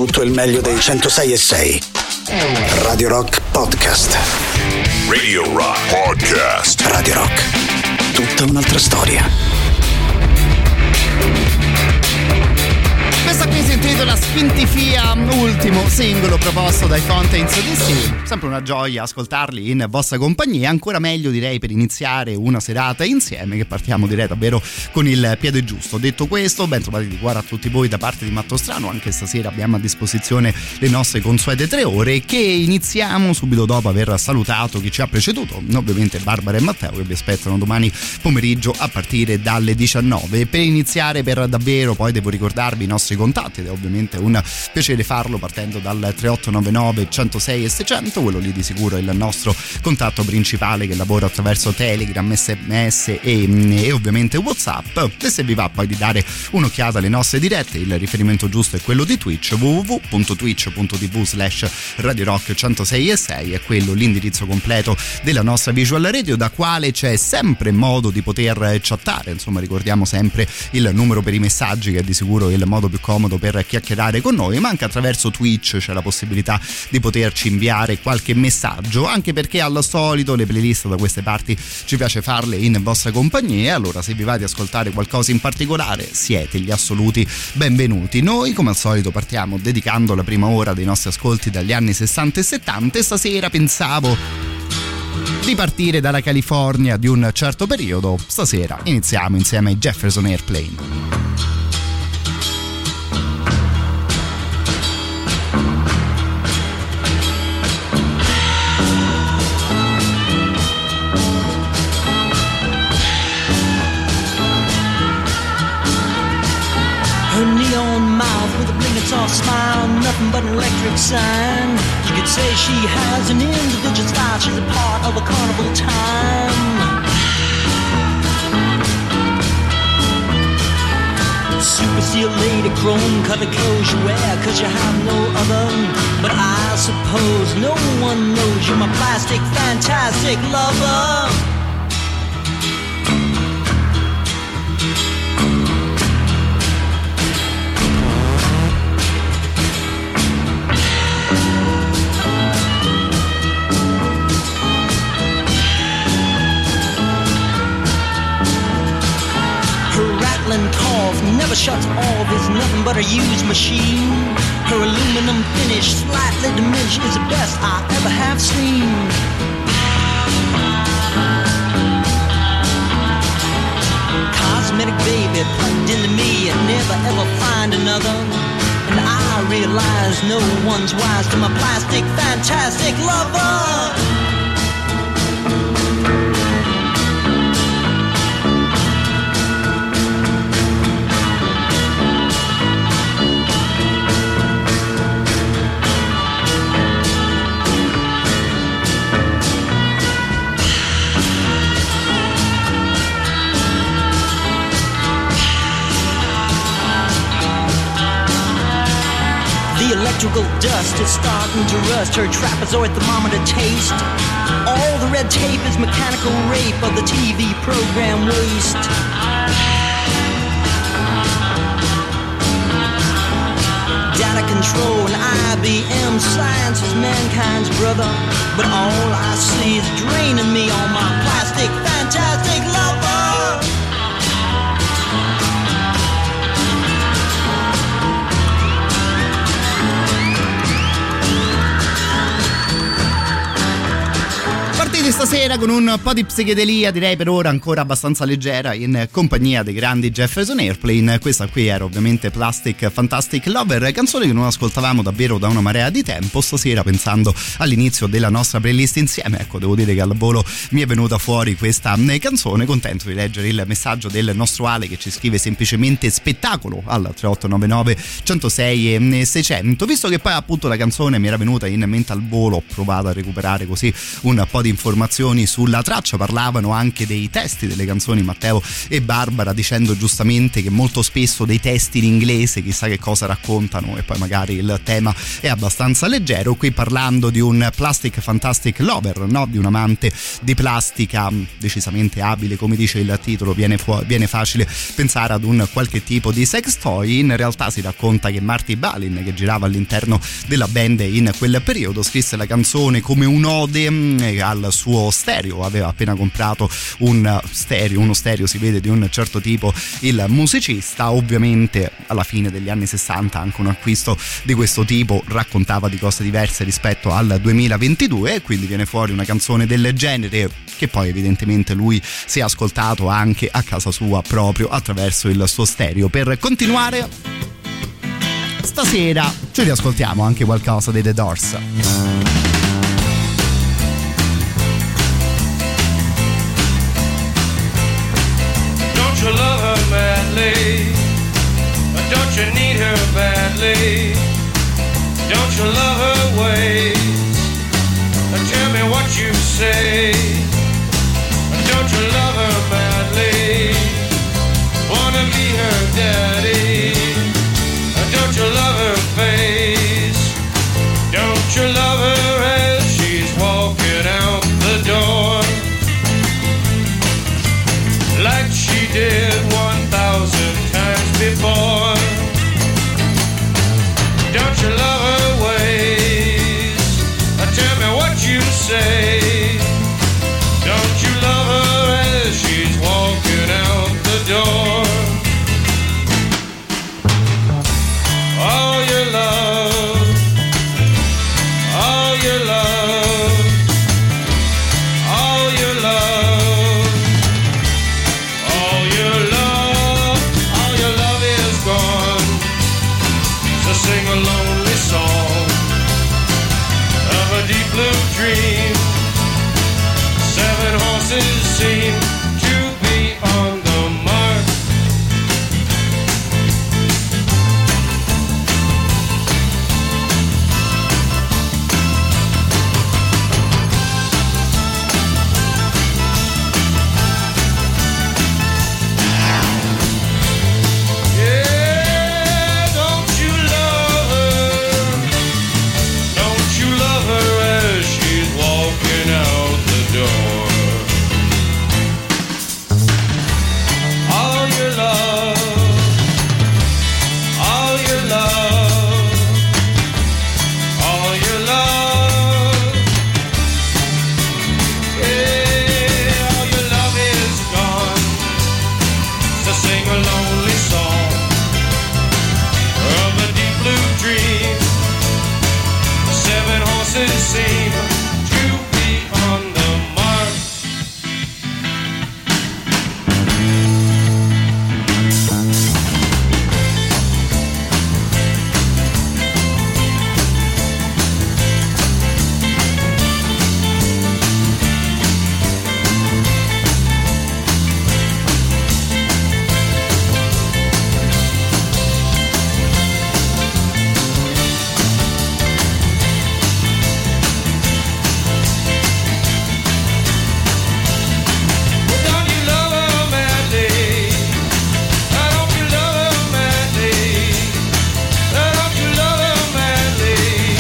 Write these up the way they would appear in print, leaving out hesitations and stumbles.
tutto il meglio dei 106.6. Radio Rock Podcast. Radio Rock Podcast. Radio Rock. Tutta un'altra storia. Questa qui si intitola Spintifia, ultimo singolo proposto dai Fountains DC. Sempre una gioia ascoltarli in vostra compagnia, ancora meglio direi per iniziare una serata insieme, che partiamo direi davvero con il piede giusto. Detto questo, ben trovati di cuore a tutti voi da parte di Matto Strano. Anche stasera abbiamo a disposizione le nostre consuete 3 ore, che iniziamo subito dopo aver salutato chi ci ha preceduto, ovviamente Barbara e Matteo, che vi aspettano domani pomeriggio a partire dalle 19. Per iniziare per davvero poi devo ricordarvi i nostri contatti, ed è ovviamente un piacere farlo partendo dal 3899 106 e 600, quello lì di sicuro è il nostro contatto principale che lavora attraverso Telegram, SMS e ovviamente WhatsApp. E se vi va poi di dare un'occhiata alle nostre dirette, il riferimento giusto è quello di Twitch, www.twitch.tv/Radio Rock 106 e 6 è quello l'indirizzo completo della nostra visual radio, da quale c'è sempre modo di poter chattare. Insomma, ricordiamo sempre il numero per i messaggi, che è di sicuro il modo più comodo per chiacchierare con noi, ma anche attraverso Twitch c'è la possibilità di poterci inviare qualche messaggio, anche perché al solito le playlist da queste parti ci piace farle in vostra compagnia. Allora, se vi va di ascoltare qualcosa in particolare, siete gli assoluti benvenuti. Noi come al solito partiamo dedicando la prima ora dei nostri ascolti dagli anni 60 e 70 e stasera pensavo di partire dalla California di un certo periodo. Stasera iniziamo insieme ai Jefferson Airplane. Soft smile, nothing but an electric sign. You could say she has an individual style. She's a part of a carnival time. Super seal lady, chrome colored clothes you wear, 'cause you have no other. But I suppose no one knows you're my plastic, fantastic lover. Never shuts off, is nothing but a used machine. Her aluminum finish, slightly diminished, is the best I ever have seen. Cosmetic baby plugged into me and never ever find another. And I realize no one's wise to my plastic, fantastic lover. Electrical dust is starting to rust her trapezoid thermometer taste. All the red tape is mechanical rape of the TV program waste. Data control and IBM science is mankind's brother. But all I see is draining me on my plastic, fantastic lover. Stasera con un po' di psichedelia, direi per ora ancora abbastanza leggera, in compagnia dei grandi Jefferson Airplane. Questa qui era ovviamente Plastic Fantastic Lover, canzone che non ascoltavamo davvero da una marea di tempo. Stasera, pensando all'inizio della nostra playlist insieme, ecco, devo dire che al volo mi è venuta fuori questa canzone. Contento di leggere il messaggio del nostro Ale, che ci scrive semplicemente spettacolo al 3899 106 e 600. Visto che poi appunto la canzone mi era venuta in mente al volo, ho provato a recuperare così un po' di informazioni informazioni sulla traccia, parlavano anche dei testi delle canzoni Matteo e Barbara, dicendo giustamente che molto spesso dei testi in inglese chissà che cosa raccontano e poi magari il tema è abbastanza leggero. Qui parlando di un plastic fantastic lover, no? Di un amante di plastica decisamente abile, come dice il titolo, viene facile pensare ad un qualche tipo di sex toy. In realtà si racconta che Marty Balin, che girava all'interno della band in quel periodo, scrisse la canzone come un'ode al suo stereo. Aveva appena comprato uno stereo si vede di un certo tipo il musicista. Ovviamente alla fine degli anni 60 anche un acquisto di questo tipo raccontava di cose diverse rispetto al 2022 e quindi viene fuori una canzone del genere che poi evidentemente lui si è ascoltato anche a casa sua proprio attraverso il suo stereo. Per continuare stasera ci riascoltiamo anche qualcosa dei The Doors. Don't you love her madly? Don't you need her badly? Don't you love her ways? Tell me what you say. Don't you love her madly? Wanna be her daddy? Don't you love her face? Don't you love her as she's walking out the door? Like she did 1,000 times before. Don't you love her ways? Tell me what you say. Don't you love her as she's walking out the door? All your love, all your love, all your love, all your love, all your love is gone. So sing a lonely song of a deep blue dream. 7 horses seem to be on the mark. Yeah, don't you love her? Don't you love her as she's walking out the door? All your love, all your love, all your love, yeah, all your love is gone. So sing a lonely song of a deep blue dream. 7 horses seem to be on the mark. Don't you love her madly? Don't you love her madly? Don't you love her madly?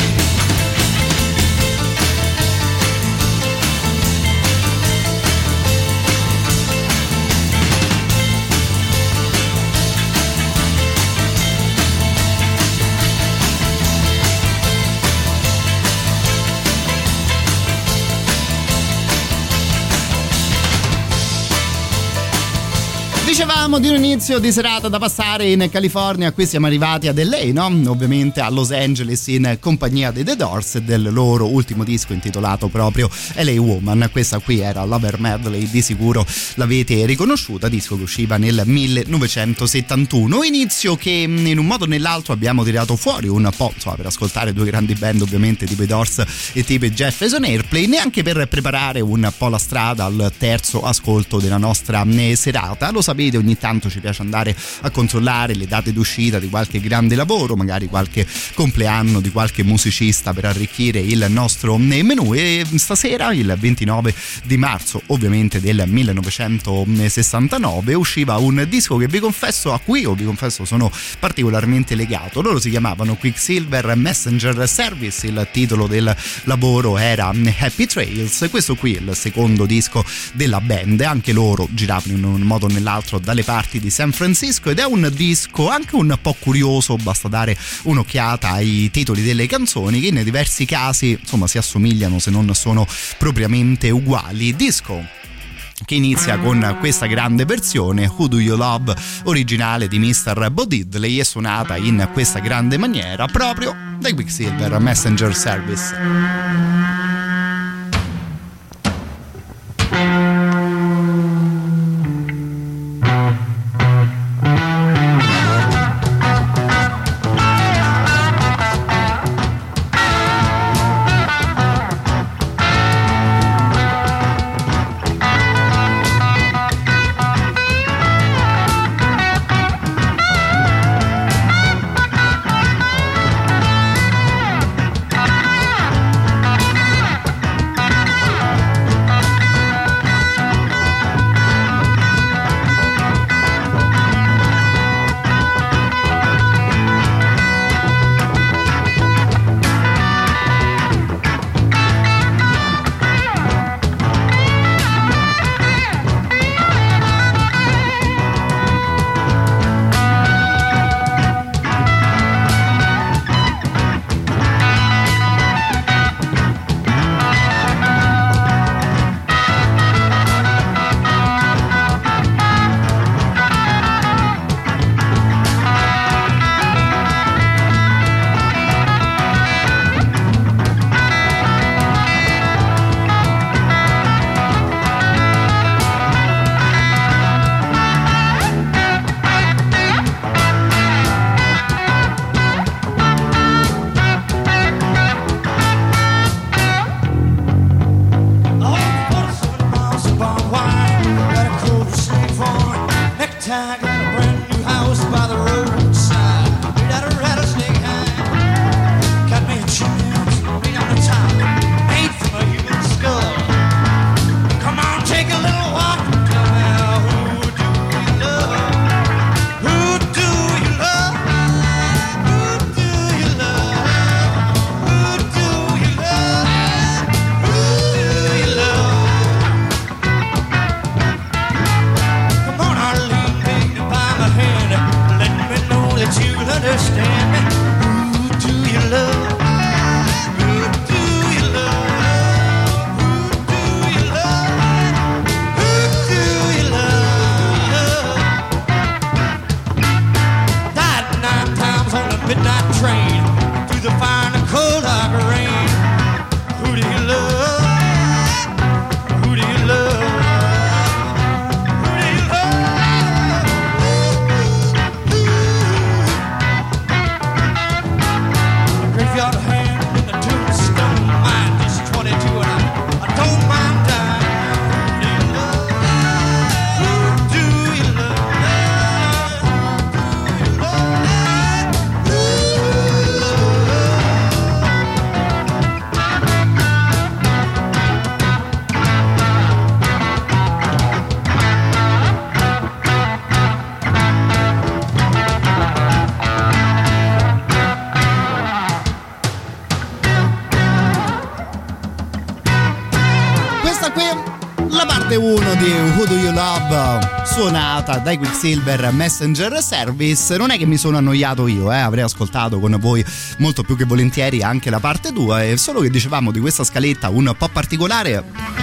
Dicevamo di un inizio di serata da passare in California, qui siamo arrivati ad LA, no? Ovviamente a Los Angeles in compagnia dei The Doors e del loro ultimo disco intitolato proprio LA Woman. Questa qui era Lover Medley, di sicuro l'avete riconosciuta, disco che usciva nel 1971. Inizio che in un modo o nell'altro abbiamo tirato fuori un po', insomma, per ascoltare due grandi band ovviamente tipo i Doors e tipo Jefferson Airplane, neanche per preparare un po' la strada al terzo ascolto della nostra serata. Lo sapete sapete, ogni tanto ci piace andare a controllare le date d'uscita di qualche grande lavoro, magari qualche compleanno di qualche musicista per arricchire il nostro menù. E stasera, il 29 di marzo ovviamente del 1969, usciva un disco che vi confesso sono particolarmente legato. Loro si chiamavano Quicksilver Messenger Service, il titolo del lavoro era Happy Trails. Questo qui è il secondo disco della band, anche loro giravano in un modo o nell'altro dalle parti di San Francisco, ed è un disco anche un po' curioso, basta dare un'occhiata ai titoli delle canzoni che in diversi casi insomma si assomigliano se non sono propriamente uguali. Disco che inizia con questa grande versione, Who Do You Love, originale di Mr. Bo Diddley, e suonata in questa grande maniera proprio dai Quicksilver Messenger Service. parte 1 di Who Do You Love, suonata dai Quicksilver Messenger Service. Non è che mi sono annoiato io, avrei ascoltato con voi molto più che volentieri anche la parte 2, è solo che dicevamo di questa scaletta un po' particolare.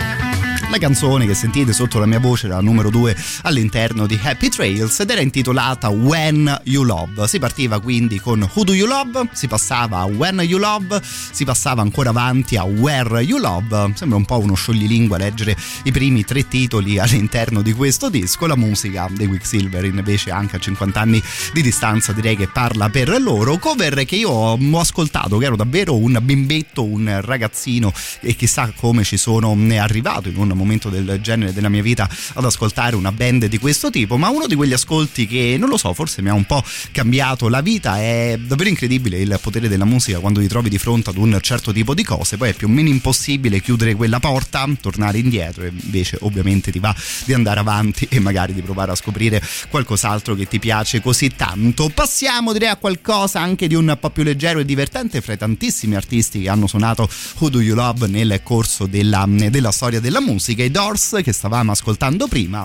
La canzone che sentite sotto la mia voce era la numero 2 all'interno di Happy Trails ed era intitolata When You Love. Si partiva quindi con Who Do You Love, si passava a When You Love, si passava ancora avanti a Where You Love. Sembra un po' uno scioglilingua leggere i primi 3 titoli all'interno di questo disco. La musica dei Quicksilver invece anche a 50 anni di distanza direi che parla per loro. Cover che io ho ascoltato, che ero davvero un bimbetto, un ragazzino, e chissà come ci sono arrivato in un un momento del genere della mia vita ad ascoltare una band di questo tipo, ma uno di quegli ascolti che, non lo so, forse mi ha un po' cambiato la vita. È davvero incredibile il potere della musica quando ti trovi di fronte ad un certo tipo di cose. Poi è più o meno impossibile chiudere quella porta, tornare indietro, e invece ovviamente ti va di andare avanti e magari di provare a scoprire qualcos'altro che ti piace così tanto. Passiamo, direi, a qualcosa anche di un po' più leggero e divertente fra i tantissimi artisti che hanno suonato Who Do You Love nel corso della storia della musica. I Doors, che stavamo ascoltando prima,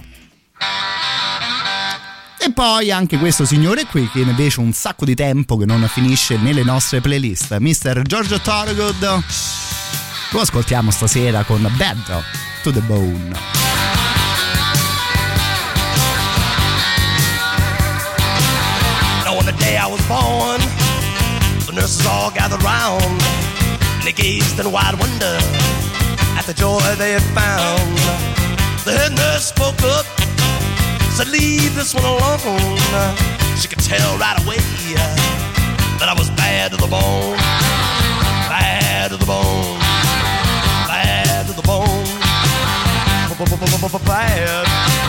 e poi anche questo signore qui, che invece un sacco di tempo che non finisce nelle nostre playlist, Mr. Giorgio Thorogood. Lo ascoltiamo stasera con Bad to the Bone. Now on the day I was born, the nurses all gathered round, and they gazed in wide wonder at the joy they had found. The head nurse spoke up, said, leave this one alone. She could tell right away that I was bad to the bone. Bad to the bone. Bad to the bone. Bad. Bad.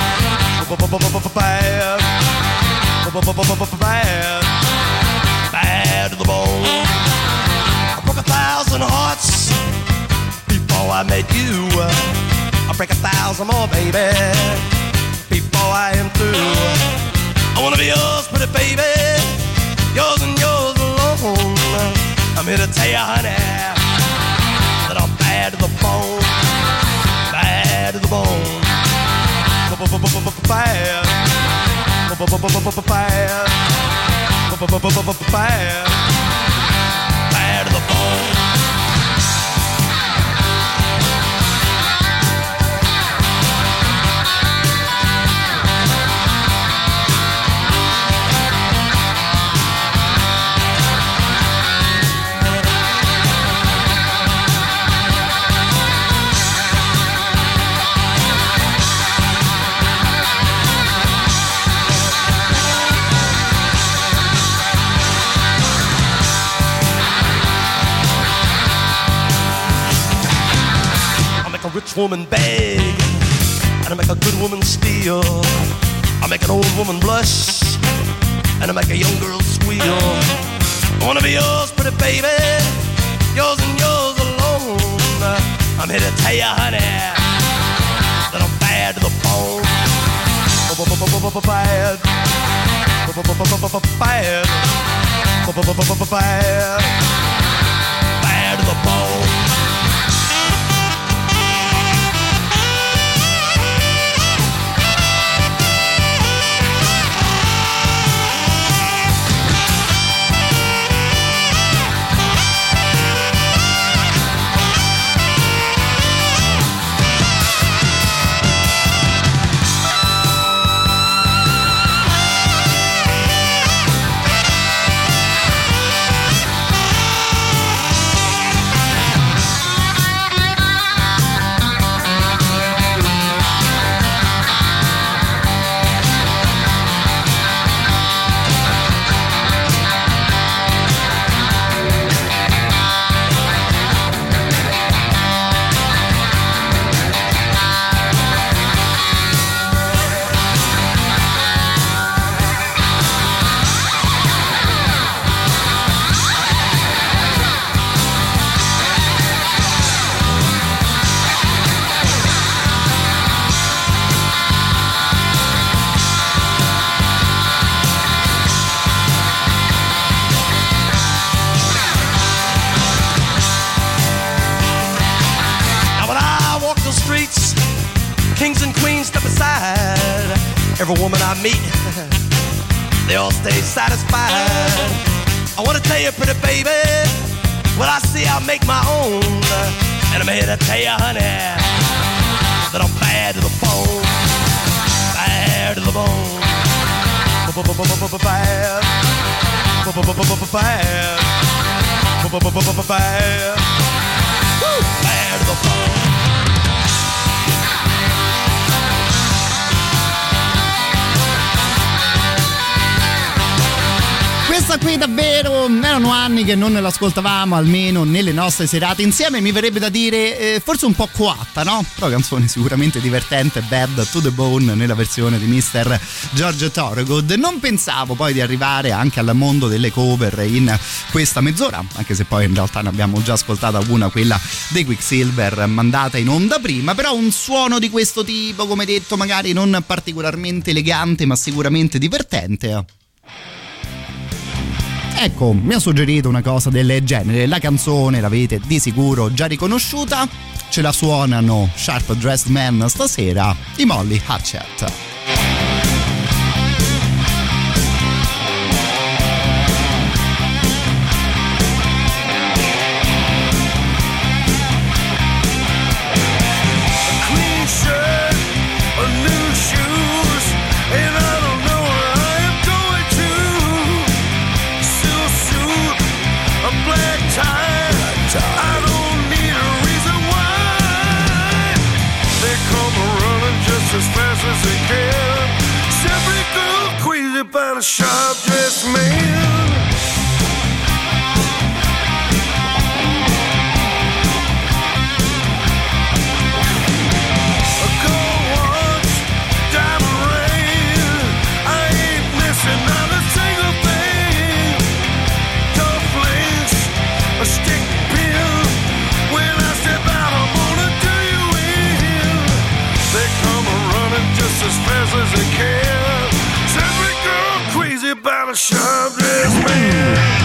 Bad. Bad to the bone. I broke 1,000 hearts before I met you. I'll break 1,000 more, baby, before I am through. I wanna be yours, pretty baby, yours and yours alone. I'm here to tell you, honey, that I'm bad to the bone. Bad to the bone. Bad. Bad. Bad. Bad to the bone. A rich woman beg, and I make a good woman steal. I make an old woman blush, and I make a young girl squeal. I wanna be yours, pretty baby, yours and yours alone. I'm here to tell you, honey, that I'm bad to the bone. Bad. Bad. Bad. Bad to the bone. Every woman I meet, they all stay satisfied. I wanna tell you, pretty baby, what I see I make my own. And I'm here to tell you, honey, that I'm bad to the bone. Bad to the bone. Bad. Bad. Bad. Bad to the bone. Questa qui davvero, erano anni che non l'ascoltavamo, almeno nelle nostre serate insieme. Mi verrebbe da dire forse un po' coatta, no? Però canzone sicuramente divertente, Bad to the Bone nella versione di Mr. George Thorogood. Non pensavo poi di arrivare anche al mondo delle cover in questa mezz'ora, anche se poi in realtà ne abbiamo già ascoltata una, quella dei Quicksilver, mandata in onda prima. Però un suono di questo tipo, come detto, magari non particolarmente elegante ma sicuramente divertente, ecco, mi ha suggerito una cosa del genere. La canzone l'avete di sicuro già riconosciuta, ce la suonano Sharp Dressed Man stasera, i Molly Hatchet. As fast as they can, every girl crazy about a sharp-dressed man. A gold watch, diamond ring, I ain't missing not a single thing. Cufflinks, a stick pin, when I step out I'm gonna do you in. They come just as fast as they can. Every girl crazy about a sharp-dressed man.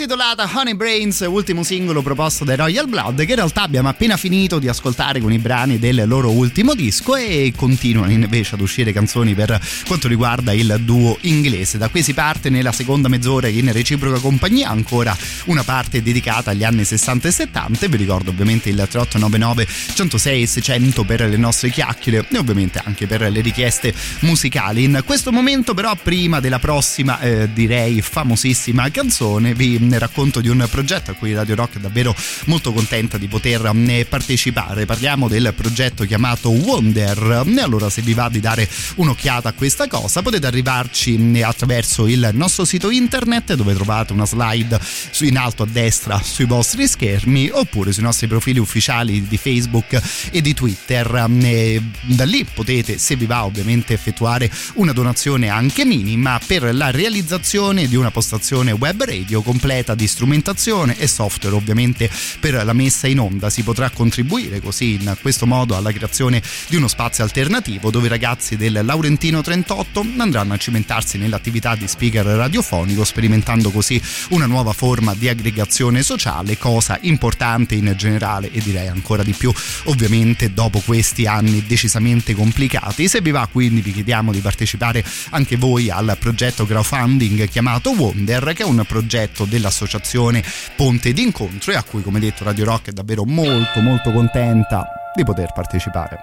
intitolata Honey Brains, ultimo singolo proposto dai Royal Blood, che in realtà abbiamo appena finito di ascoltare con i brani del loro ultimo disco, e continuano invece ad uscire canzoni per quanto riguarda il duo inglese. Da qui si parte nella seconda mezz'ora in reciproca compagnia, ancora una parte dedicata agli anni 60 e 70. Vi ricordo ovviamente il 3899 106 e 600 per le nostre chiacchiere e ovviamente anche per le richieste musicali. In questo momento però, prima della prossima direi famosissima canzone, vi racconto di un progetto a cui Radio Rock è davvero molto contenta di poter partecipare. Parliamo del progetto chiamato Wonder. E allora, se vi va di dare un'occhiata a questa cosa, potete arrivarci attraverso il nostro sito internet, dove trovate una slide in alto a destra sui vostri schermi, oppure sui nostri profili ufficiali di Facebook e di Twitter. Da lì potete, se vi va, ovviamente effettuare una donazione anche minima per la realizzazione di una postazione web radio completa di strumentazione e software, ovviamente per la messa in onda. Si potrà contribuire così in questo modo alla creazione di uno spazio alternativo dove i ragazzi del Laurentino 38 andranno a cimentarsi nell'attività di speaker radiofonico, sperimentando così una nuova forma di aggregazione sociale, cosa importante in generale e direi ancora di più ovviamente dopo questi anni decisamente complicati. Se vi va, quindi, vi chiediamo di partecipare anche voi al progetto crowdfunding chiamato Wonder, che è un progetto dell'associazione Ponte d'Incontro e a cui, come detto, Radio Rock è davvero molto molto contenta di poter partecipare.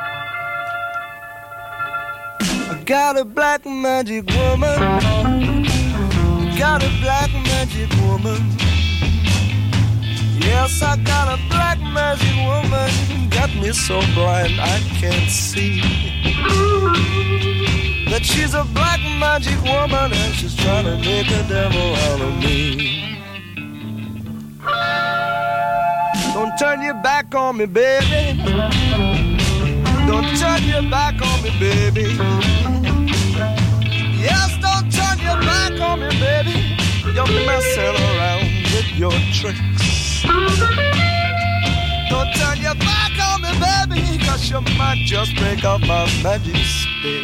I got a black magic woman, got a black magic woman. Yes, I got a black magic woman, got me so blind I can't see that she's a black magic woman and she's trying to make a devil out of me. Don't turn your back on me, baby. Don't turn your back on me, baby. Yes, don't turn your back on me, baby. You're messing around with your tricks. Don't turn your back on me, baby, 'cause you might just break up my magic stick.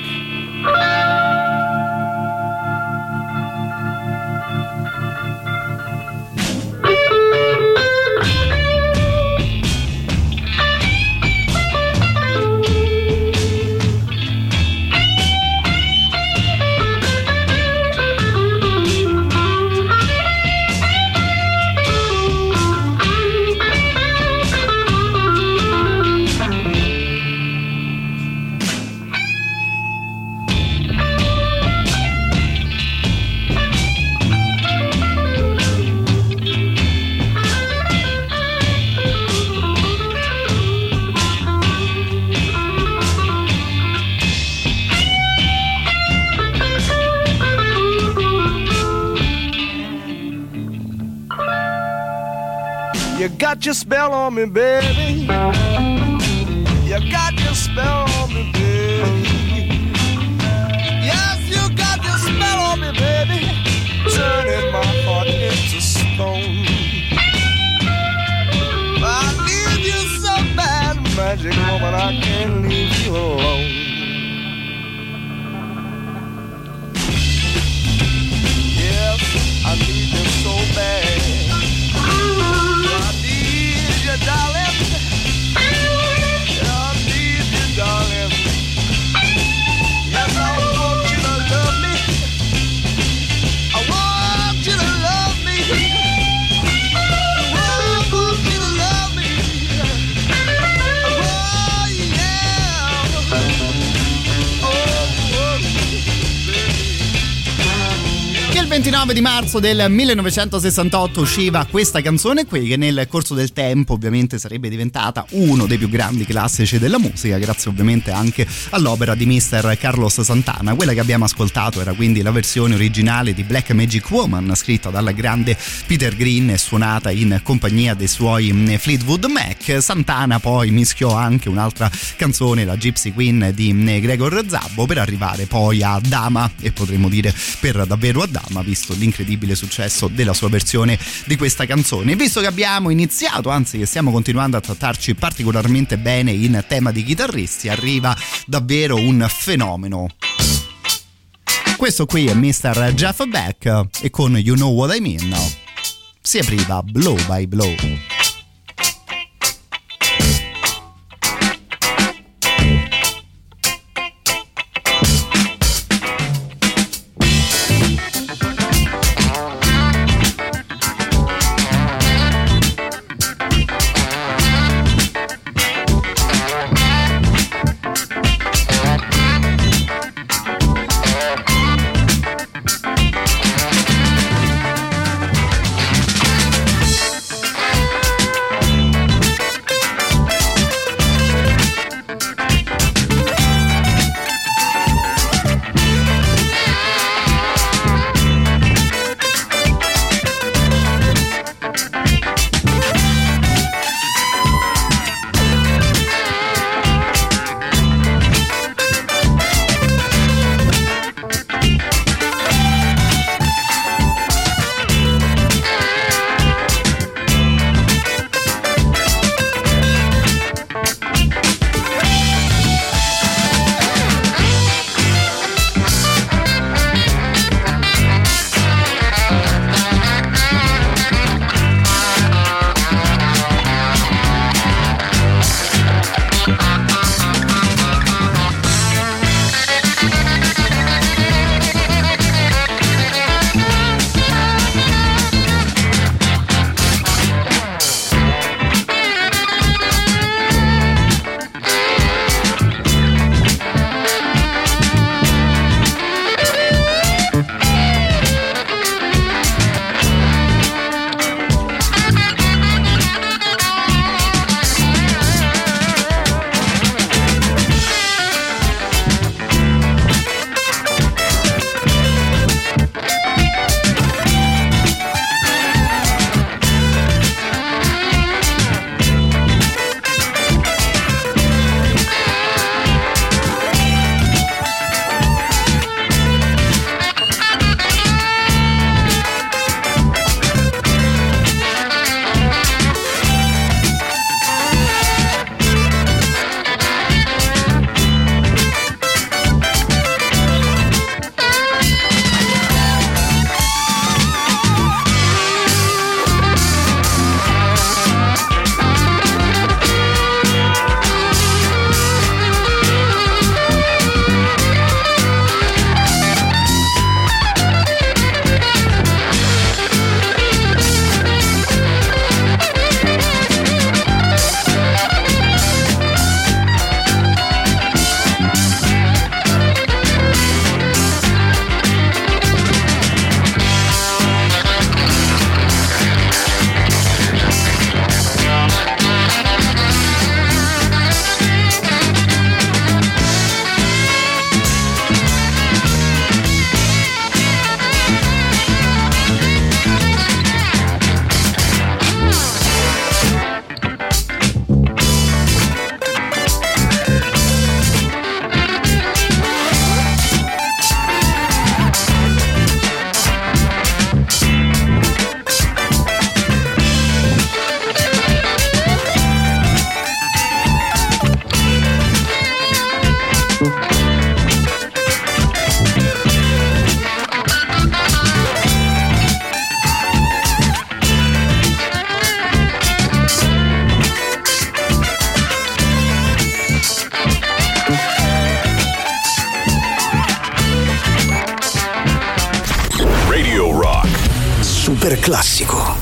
You got your spell on me, baby. You got your spell on me, baby. Yes, you got your spell on me, baby. Turning my heart into stone. I need you so bad, magic woman, I can't leave you alone. Yes, I need you so bad. Darling, I need you, darling. Yes, I want you to love me. I want you to love me. I want you to love me. Oh, yeah. Oh, Che il 29 di marzo del 1968 usciva questa canzone qui, che nel corso del tempo ovviamente sarebbe diventata uno dei più grandi classici della musica, grazie ovviamente anche all'opera di Mr. Carlos Santana. Quella che abbiamo ascoltato era quindi la versione originale di Black Magic Woman, scritta dal grande Peter Green e suonata in compagnia dei suoi Fleetwood Mac. Santana poi mischiò anche un'altra canzone, la Gypsy Queen di Gregor Zabbo, per arrivare poi a Dama, e potremmo dire per davvero a Dama, visto l'incredibile successo della sua versione di questa canzone. Visto che abbiamo iniziato, anzi che stiamo continuando a trattarci particolarmente bene in tema di chitarristi, arriva davvero un fenomeno. Questo qui è Mr. Jeff Beck e con You Know What I Mean. si apriva Blow by Blow. super classico.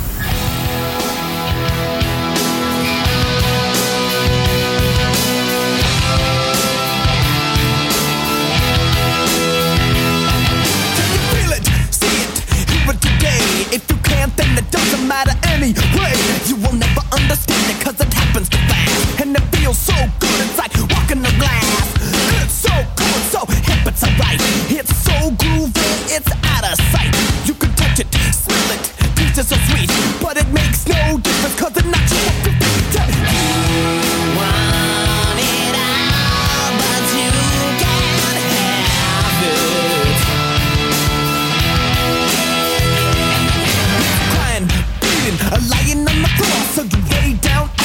If you can't, then it doesn't matter anyway. You will never understand it, cause it happens too fast. And it feels so good, it's like walking on glass. It's so cool, it's so hip, it's alright. It's so groovy, it's out of sight. You can touch it, smell it, taste it so sweet. But it makes no difference, cause it knocks you off your feet. You want it all, but you can't have it. Lying on the floor, so you lay down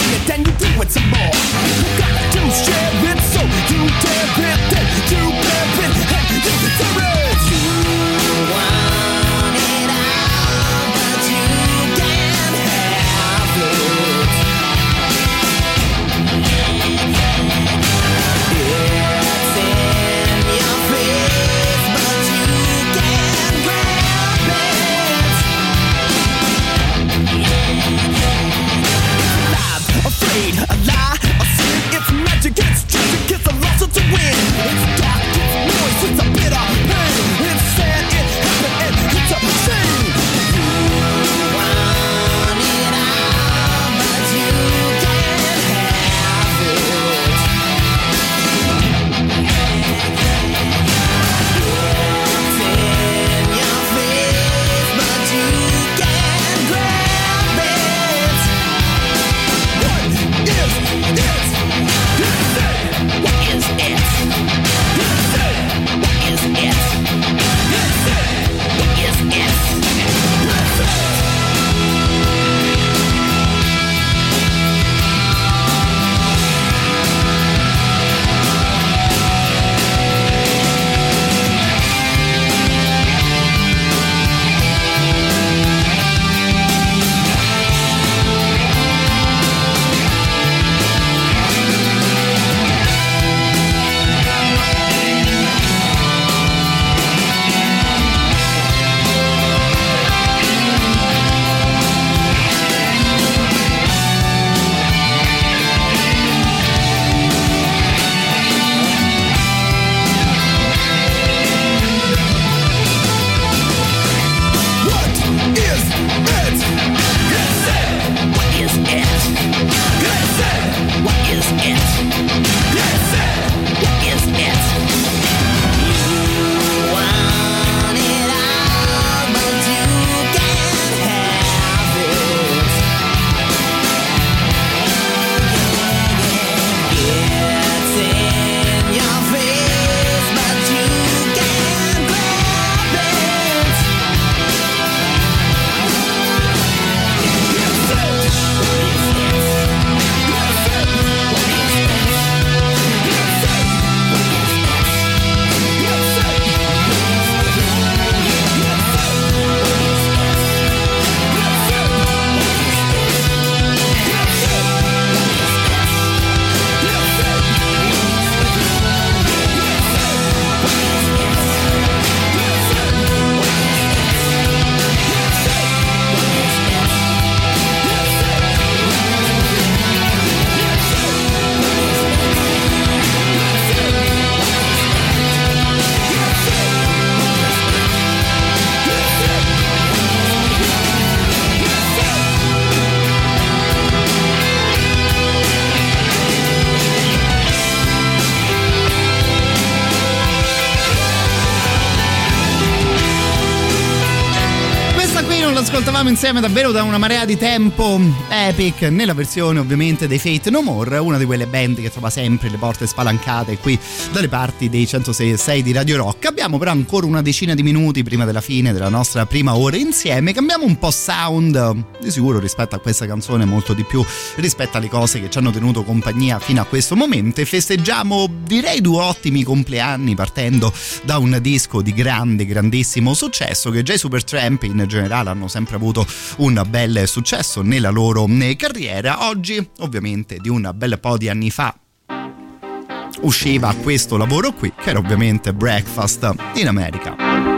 ascoltavamo insieme davvero da una marea di tempo Epic, nella versione ovviamente dei Faith No More, una di quelle band che trova sempre le porte spalancate qui dalle parti dei 106.6 di Radio Rock. Abbiamo però ancora una decina di minuti prima della fine della nostra prima ora insieme. Cambiamo un po' sound, di sicuro rispetto a questa canzone, molto di più rispetto alle cose che ci hanno tenuto compagnia fino a questo momento, e festeggiamo direi 2 ottimi compleanni partendo da un disco di grandissimo successo che già i Supertramp in generale hanno sempre avuto un bel successo nella loro carriera. Oggi ovviamente di un bel po' di anni fa usciva questo lavoro qui, che era ovviamente Breakfast in America.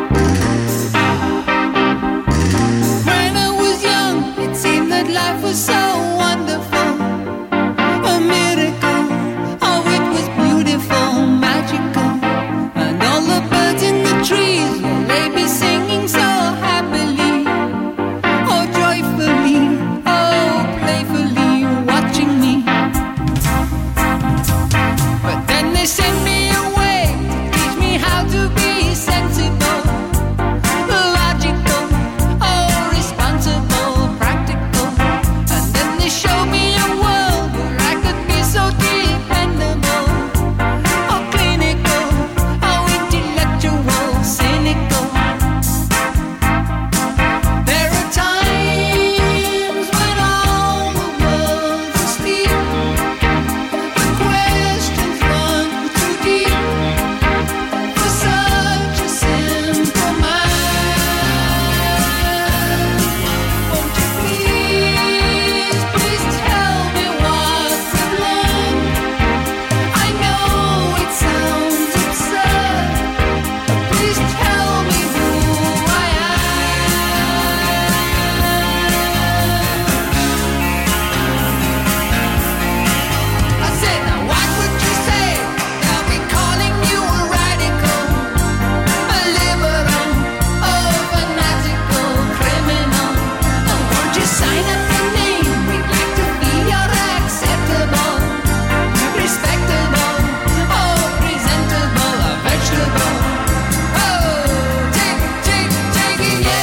When I was young, it seemed that life was so wonderful, a miracle. Oh, it was beautiful, magical, and all the birds in the trees, well, they be singing so happily, oh, joyfully, oh, playfully, watching me. But then they sent me away to teach me how to be sensible, logical, oh, responsible, practical. And then they showed me a world where I could be so dependable, oh, clinical, oh, intellectual, cynical. There are times when all the world's asleep, the questions run too deep for such a simple mind. Won't you please tell me what we've learned? I know it sounds absurd, but please tell me who I am. I said, now what would you say? They'll be calling you a radical, a liberal, oh, fanatical criminal. Oh, won't you sign up your name? We'd like to be your acceptable, respectable, oh, presentable, a vegetable. Oh, take it, yeah.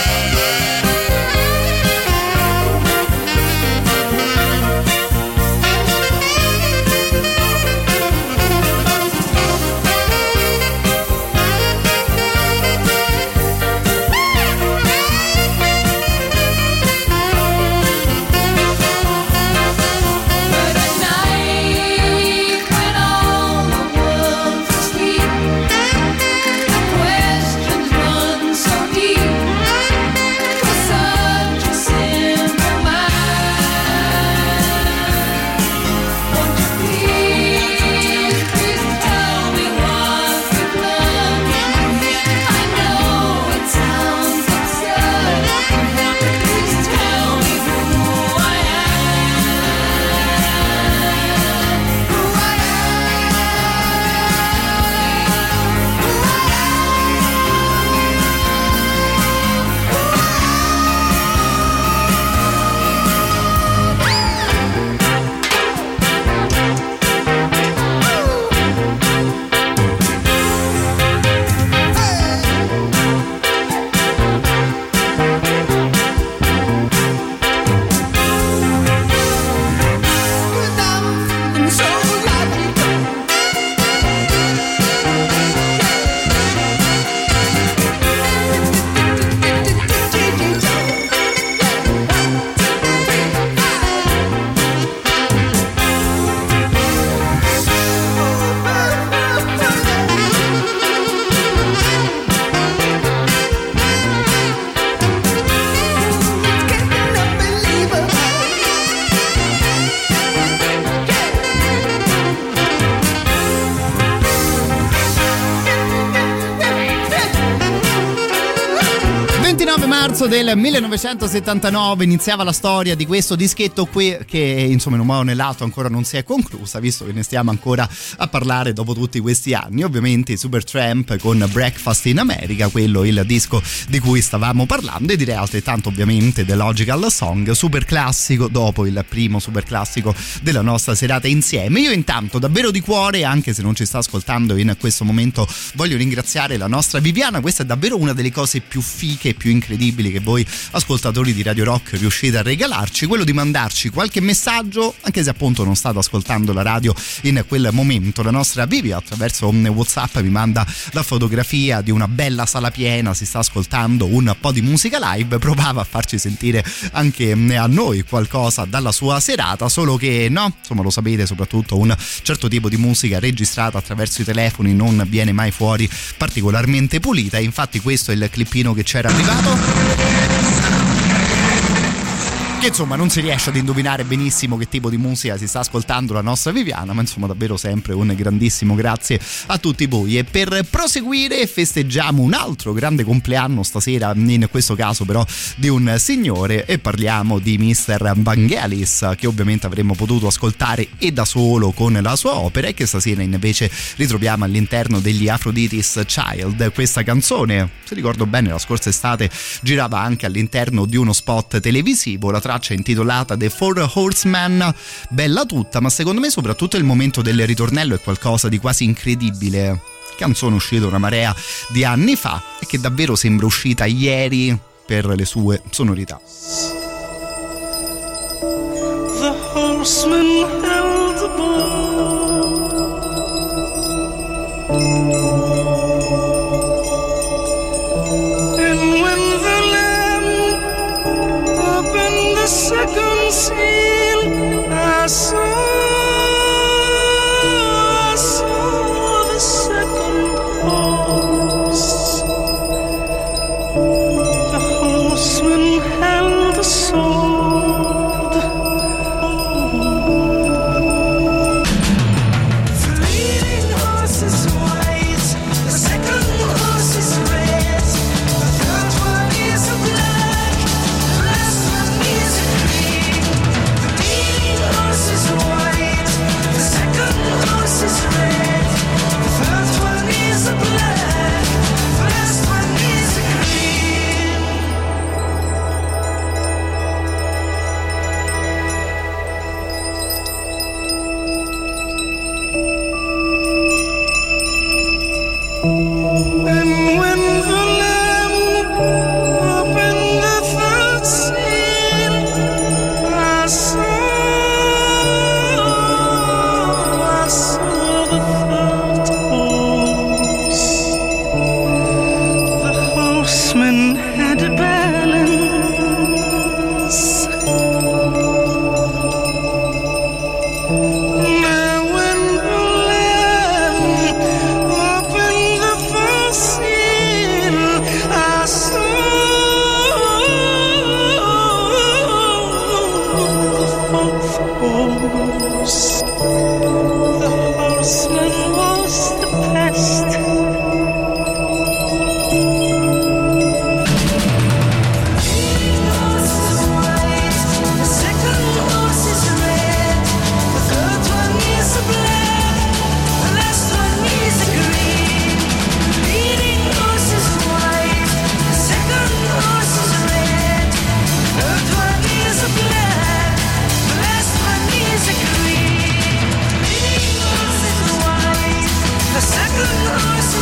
But at night, when all the world's asleep, the questions run so deep for such a simple mind. Won't you please tell me what we've learned? I know it sounds absurd, but please tell me who I am. Who I I'm so logical. Marzo del 1979 iniziava la storia di questo dischetto qui, che insomma in un modo o nell'altro ancora non si è conclusa, visto che ne stiamo ancora a parlare dopo tutti questi anni. Ovviamente i Supertramp con Breakfast in America, quello il disco di cui stavamo parlando, e direi altrettanto ovviamente The Logical Song, super classico, dopo il primo super classico della nostra serata insieme. Io intanto davvero di cuore, anche se non ci sta ascoltando in questo momento, voglio ringraziare la nostra Viviana. Questa è davvero una delle cose più fiche e più incredibili incredibili che voi ascoltatori di Radio Rock riuscite a regalarci, quello di mandarci qualche messaggio, anche se appunto non state ascoltando la radio in quel momento. La nostra Vivi attraverso WhatsApp mi manda la fotografia di una bella sala piena, si sta ascoltando un po' di musica live, provava a farci sentire anche a noi qualcosa dalla sua serata, solo che no, insomma lo sapete, soprattutto un certo tipo di musica registrata attraverso i telefoni non viene mai fuori particolarmente pulita, e infatti questo è il clippino che c'era arrivato, che insomma non si riesce ad indovinare benissimo che tipo di musica si sta ascoltando la nostra Viviana, ma insomma davvero sempre un grandissimo grazie a tutti voi. E per proseguire festeggiamo un altro grande compleanno stasera, in questo caso però di un signore, e parliamo di Mr. Vangelis, che ovviamente avremmo potuto ascoltare e da solo con la sua opera, e che stasera invece ritroviamo all'interno degli Aphrodite's Child. Questa canzone, se ricordo bene, la scorsa estate girava anche all'interno di uno spot televisivo. La traccia intitolata The Four Horsemen, bella tutta, ma secondo me soprattutto il momento del ritornello è qualcosa di quasi incredibile. Canzone uscita una marea di anni fa e che davvero sembra uscita ieri per le sue sonorità. The horseman held the bull, and when the lamb opened the second seal, I saw the second horse. The horseman held a sword. The leading horse is white, the second horse is red, the third one is a black, the last one is a green. The leading horse is white, the second horse is red, the third one is a black, the last one is a green. And when the lamb opened the third seal, I saw the third horse. The horseman had a balance. Now when the lamb opened the first seal, I saw the fourth horse. The horseman was the best. The second horse is red, the third one is a black, the last one is a green. The leading horse is white, the second horse is red, the third one is a black, the last one is a green. The leading horse is white, the second horse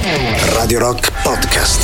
Radio Rock Podcast.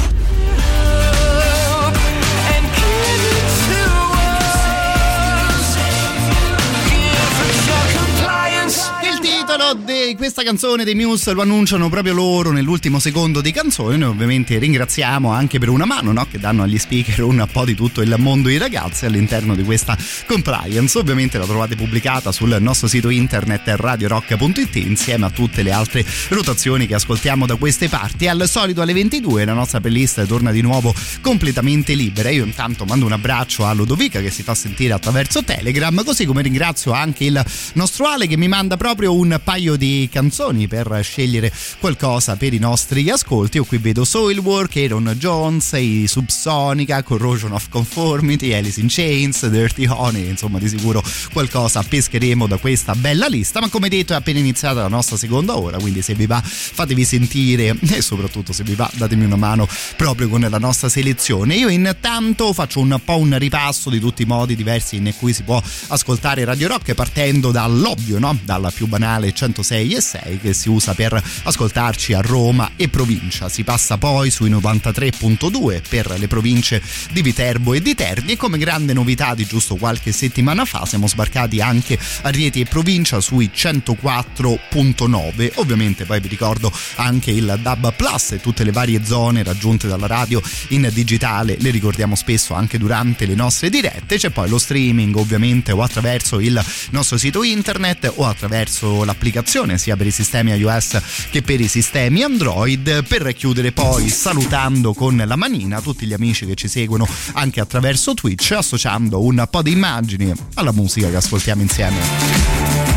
Di questa canzone dei Muse lo annunciano proprio loro nell'ultimo secondo di canzone. Noi ovviamente ringraziamo anche per una mano, no? Che danno agli speaker un po' di tutto il mondo dei ragazzi all'interno di questa compliance. Ovviamente la trovate pubblicata sul nostro sito internet radiorock.it insieme a tutte le altre rotazioni che ascoltiamo da queste parti. Al solito alle 22 la nostra playlist torna di nuovo completamente libera. Io intanto mando un abbraccio a Ludovica che si fa sentire attraverso Telegram, così come ringrazio anche il nostro Ale che mi manda proprio un paio di canzoni per scegliere qualcosa per i nostri ascolti. Io qui vedo Soilwork, Aaron Jones, i Subsonica, Corrosion of Conformity, Alice in Chains, Dirty Honey. Insomma, di sicuro qualcosa pescheremo da questa bella lista, ma come detto è appena iniziata la nostra seconda ora, quindi se vi va fatevi sentire e soprattutto se vi va datemi una mano proprio con la nostra selezione. Io intanto faccio un po' un ripasso di tutti i modi diversi in cui si può ascoltare Radio Rock, partendo dall'ovvio, no? Dalla più banale 106.6 che si usa per ascoltarci a Roma e provincia, si passa poi sui 93.2 per le province di Viterbo e di Terni, e come grande novità di giusto qualche settimana fa siamo sbarcati anche a Rieti e provincia sui 104.9. Ovviamente poi vi ricordo anche il DAB Plus e tutte le varie zone raggiunte dalla radio in digitale, le ricordiamo spesso anche durante le nostre dirette. C'è poi lo streaming ovviamente o attraverso il nostro sito internet o attraverso l'applicazione sia per i sistemi iOS che per i sistemi Android. Per chiudere poi salutando con la manina tutti gli amici che ci seguono anche attraverso Twitch, associando un po' di immagini alla musica che ascoltiamo insieme.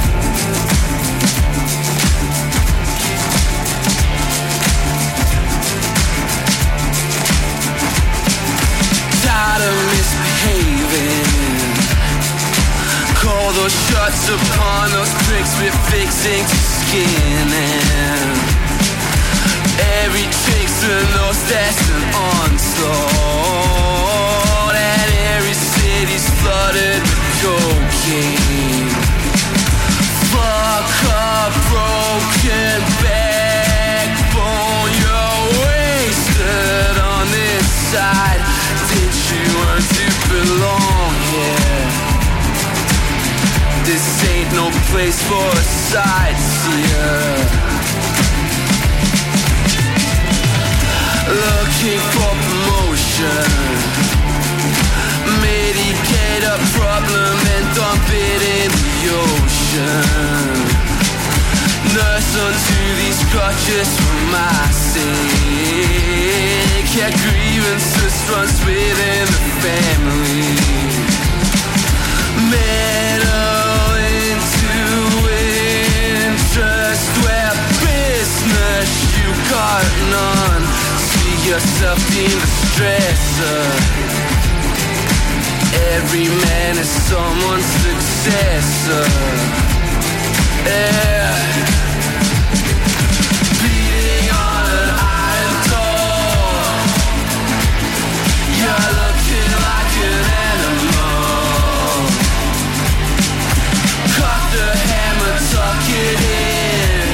Call those shots upon those pricks with fixing to skin, and every trick's a nose that's an onslaught, and every city's flooded with cocaine. Fuck up, broken backbone, you're wasted on this side. Did you want to belong here? This ain't no place for a sightseer. Looking for promotion, medicate a problem and dump it in the ocean. Nurse unto these crutches for my sake. Yeah, grievances runs within the family. Meddle into interest where business you got none. See yourself in the stressor. Every man is someone's successor. Yeah. Beating on an iron door. You're looking like an animal. Cock the hammer, tuck it in.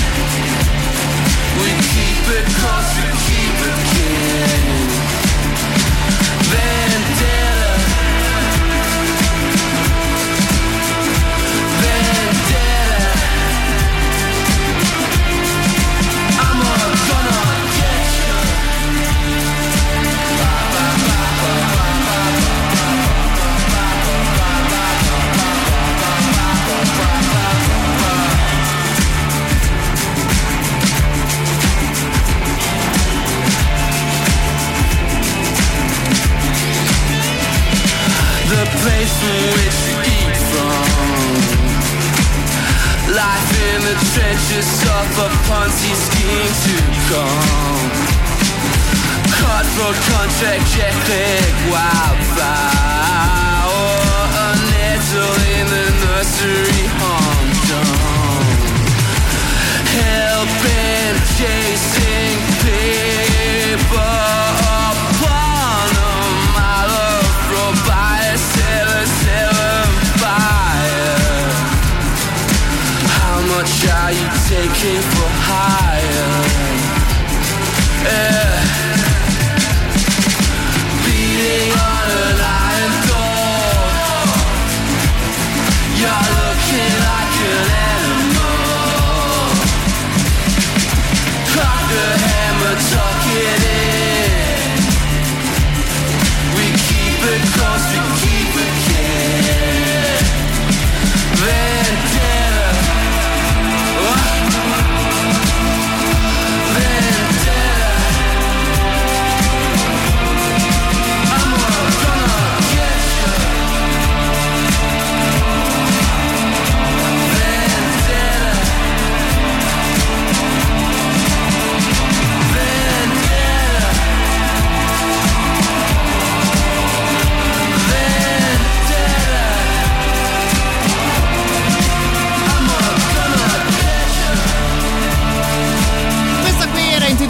We keep it close, we keep it kin. Vendetta, vendetta. I'm gonna get you. The place from which we eat from. Life in the trenches of a Ponzi scheme to come. Cutthroat contract, jetlag, wildfire, or a nettle in the nursery humdrum. Hell-bent chasing paper upon a mile of road buyer, seller, buyer. How much are you taking for hire?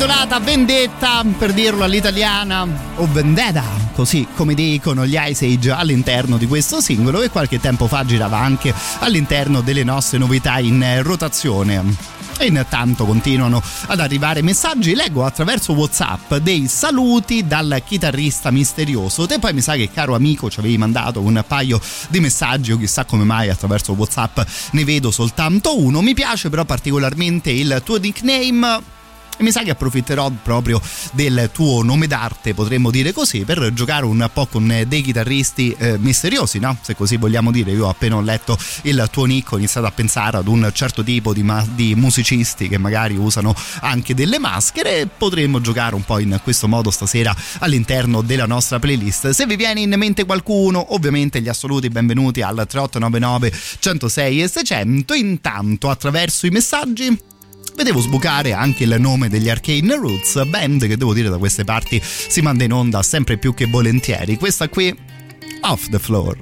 intitolata Vendetta, per dirlo all'italiana, o Vendetta, così come dicono gli Ice Age all'interno di questo singolo, che qualche tempo fa girava anche all'interno delle nostre novità in rotazione. E intanto continuano ad arrivare messaggi. Leggo attraverso WhatsApp dei saluti dal chitarrista misterioso. Te poi mi sa che, caro amico, ci avevi mandato un paio di messaggi, o chissà come mai attraverso WhatsApp ne vedo soltanto uno. Mi piace però particolarmente il tuo nickname e mi sa che approfitterò proprio del tuo nome d'arte, potremmo dire così, per giocare un po' con dei chitarristi misteriosi, no? Se così vogliamo dire. Io appena ho letto il tuo nick ho iniziato a pensare ad un certo tipo di musicisti che magari usano anche delle maschere, e potremmo giocare un po' in questo modo stasera all'interno della nostra playlist. Se vi viene in mente qualcuno, ovviamente gli assoluti benvenuti al 3899 106 e 600. Intanto attraverso i messaggi vedevo sbucare anche il nome degli Arcane Roots, band che devo dire da queste parti si manda in onda sempre più che volentieri. Questa qui, Off the Floor.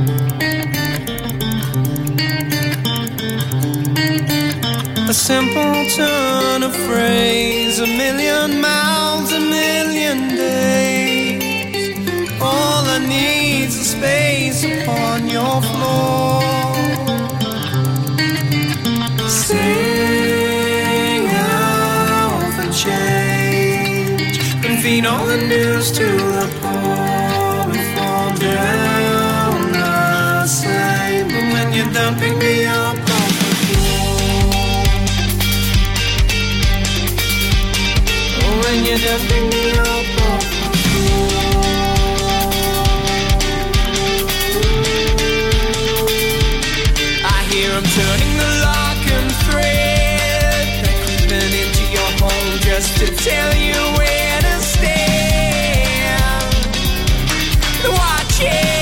A simple turn of phrase, a million miles, a million days. All I need's a space upon your floor. Sing out for change and feed all the news to the poor and fall down the same. But when you're done, pick me up off the floor. Oh, when you're done, pick me up off the floor. I hear 'em turning the lock and thread, they're creeping into your home just to tell you where to stand. Watching.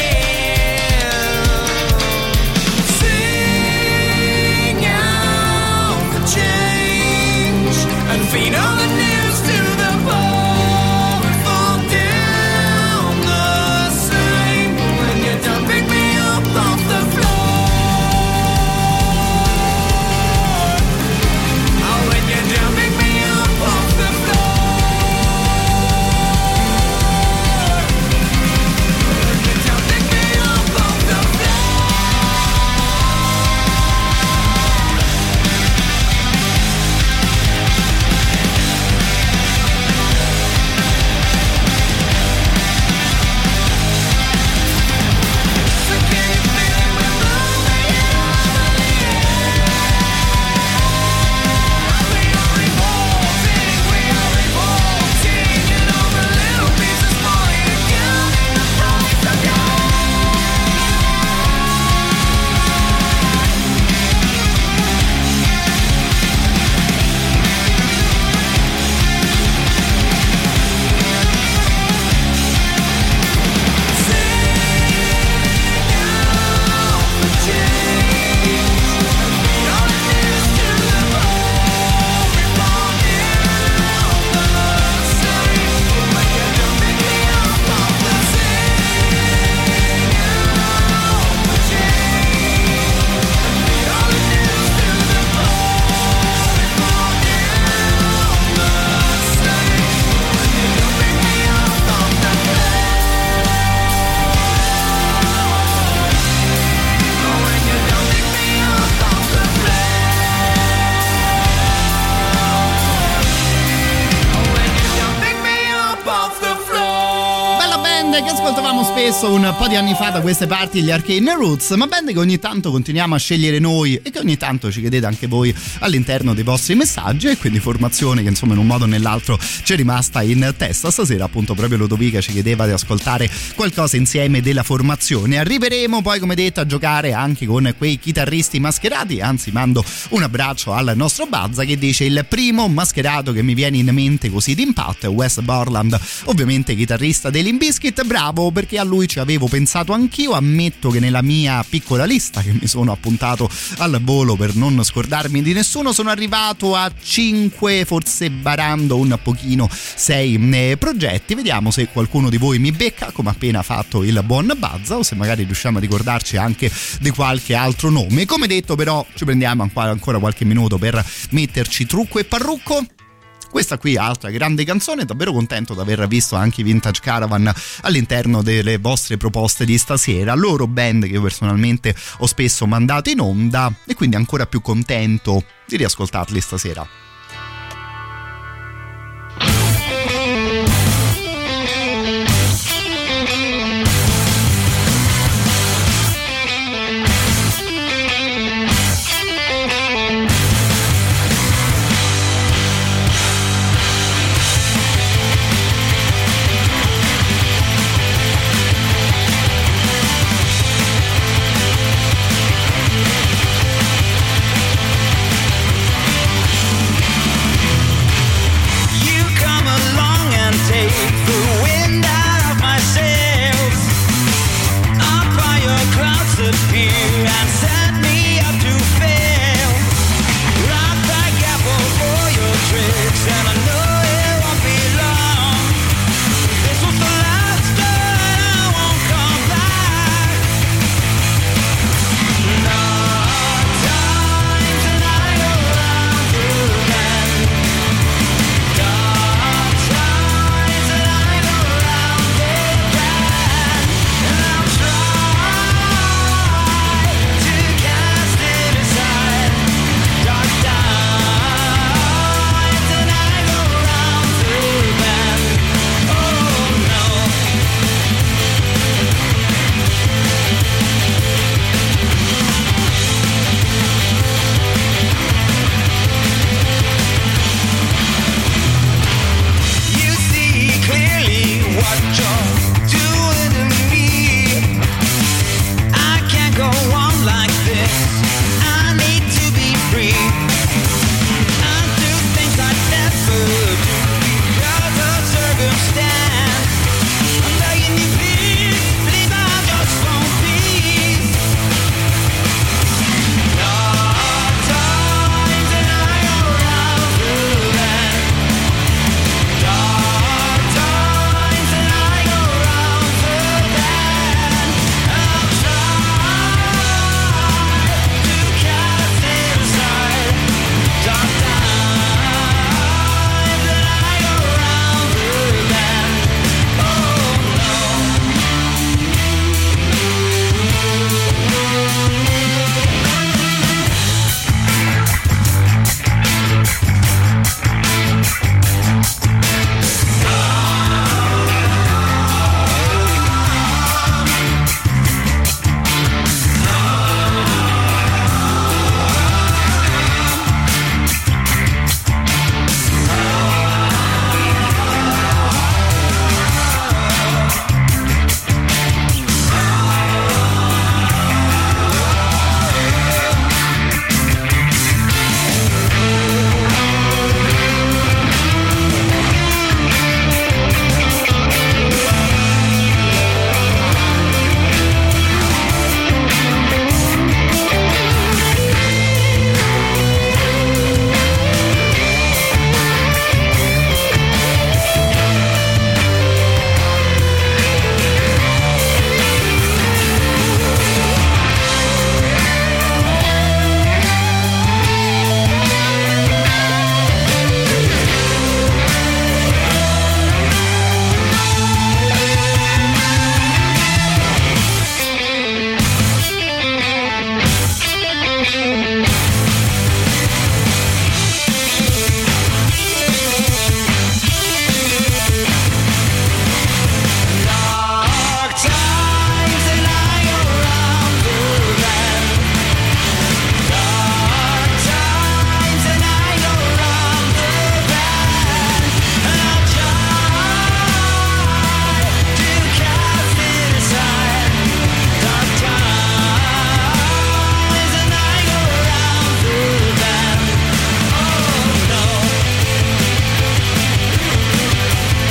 Feed all the news to the poor and fall down the same. When you're done, pick me up off the floor. Oh, when you're done, pick me up off the floor. When you're done, pick me up off the floor. Un po' di anni fa da queste parti gli Arcane Roots, ma band che ogni tanto continuiamo a scegliere noi e che ogni tanto ci chiedete anche voi all'interno dei vostri messaggi, e quindi formazione che insomma in un modo o nell'altro ci è rimasta in testa. Stasera appunto proprio Ludovica ci chiedeva di ascoltare qualcosa insieme della formazione. Arriveremo poi, come detto, a giocare anche con quei chitarristi mascherati, anzi mando un abbraccio al nostro Bazza che dice: il primo mascherato che mi viene in mente così d'impatto è Wes Borland, ovviamente chitarrista dei Limp Bizkit. Bravo, perché a lui ci avevo pensato anch'io. Ammetto che nella mia piccola lista che mi sono appuntato al volo per non scordarmi di nessuno sono arrivato a 5, forse barando un pochino 6 progetti. Vediamo se qualcuno di voi mi becca, come appena fatto il buon Bazza, o se magari riusciamo a ricordarci anche di qualche altro nome. Come detto, però, ci prendiamo ancora qualche minuto per metterci trucco e parrucco. Questa qui, altra grande canzone, davvero contento di aver visto anche i Vintage Caravan all'interno delle vostre proposte di stasera, loro band che io personalmente ho spesso mandato in onda e quindi ancora più contento di riascoltarli stasera.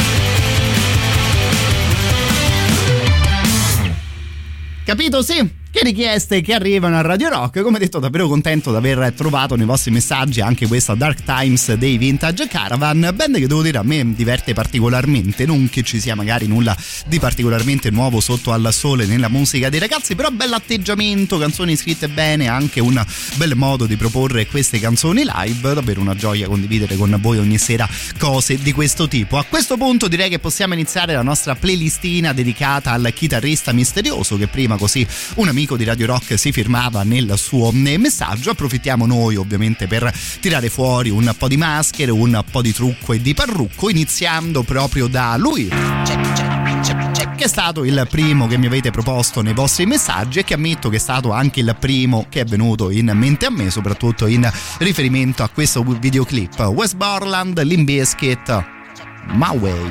Capito? Sì, Che richieste che arrivano a Radio Rock. Come detto, davvero contento di aver trovato nei vostri messaggi anche questa Dark Times dei Vintage Caravan, band che devo dire a me diverte particolarmente, non che ci sia magari nulla di particolarmente nuovo sotto al sole nella musica dei ragazzi, però bell'atteggiamento, canzoni scritte bene, anche un bel modo di proporre queste canzoni live, davvero una gioia condividere con voi ogni sera cose di questo tipo. A questo punto direi che possiamo iniziare la nostra playlistina dedicata al chitarrista misterioso che prima così un amico di Radio Rock si firmava nel suo messaggio. Approfittiamo noi ovviamente per tirare fuori un po' di maschere, un po' di trucco e di parrucco, iniziando proprio da lui, che è stato il primo che mi avete proposto nei vostri messaggi e che ammetto che è stato anche il primo che è venuto in mente a me, soprattutto in riferimento a questo videoclip. Wes Borland, Limp Bizkit, My Way.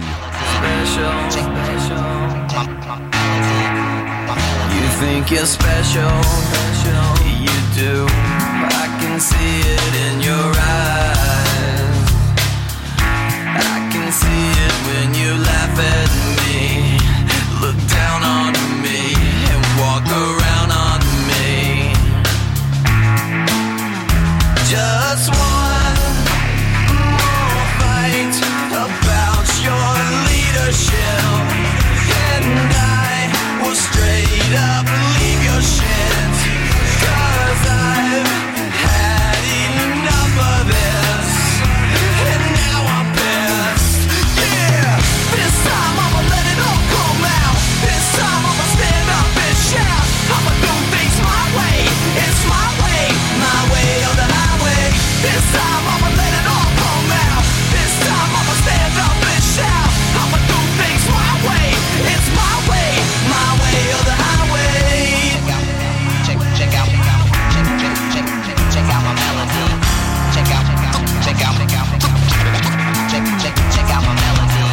You think you're special, you do. I can see it in your eyes. I can see it when you laugh at me, look down on me and walk around on me. Just one more fight about your leadership, and I will straight up leave your shit, 'cause I've had enough of this, and now I'm pissed. Yeah, this time I'ma let it all come out. This time I'ma stand up and shout. I'ma do things my way. It's my way or the highway. This time I'ma let it all come out. This time I'ma stand up and shout. I'ma do things my way. It's my way or the highway. Check out my melody. Check out my melody. Check out my melody. Check out my melody.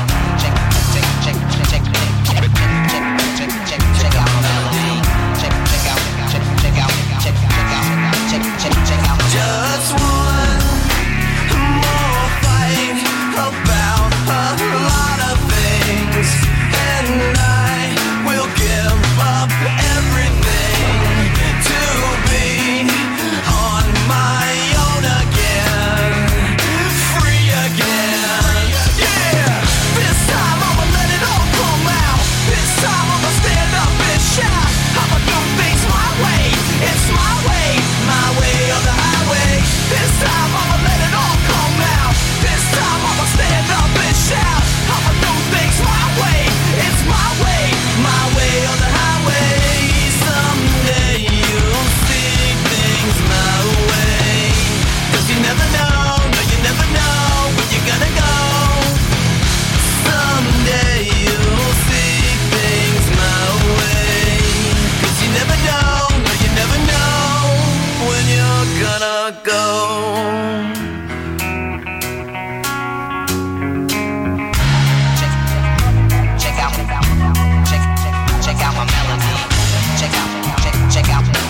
Just one more fight about a lot of things, and I will give up everything to be on my own again, free again. Yeah, this time I'ma let it all come out. This time I'ma stand up and shout. I'ma do things my way. It's my way or the highway. This time I'ma let it all come out. This time I'ma stand up and shout. I'ma do things my way. It's my way or the highway. Someday you'll see things my way. 'Cause you never know, no you never know where you're gonna go. Someday you'll see things my way. 'Cause you never know, no you never know when you're gonna go. Check out my melody. Check out my melody. Check out my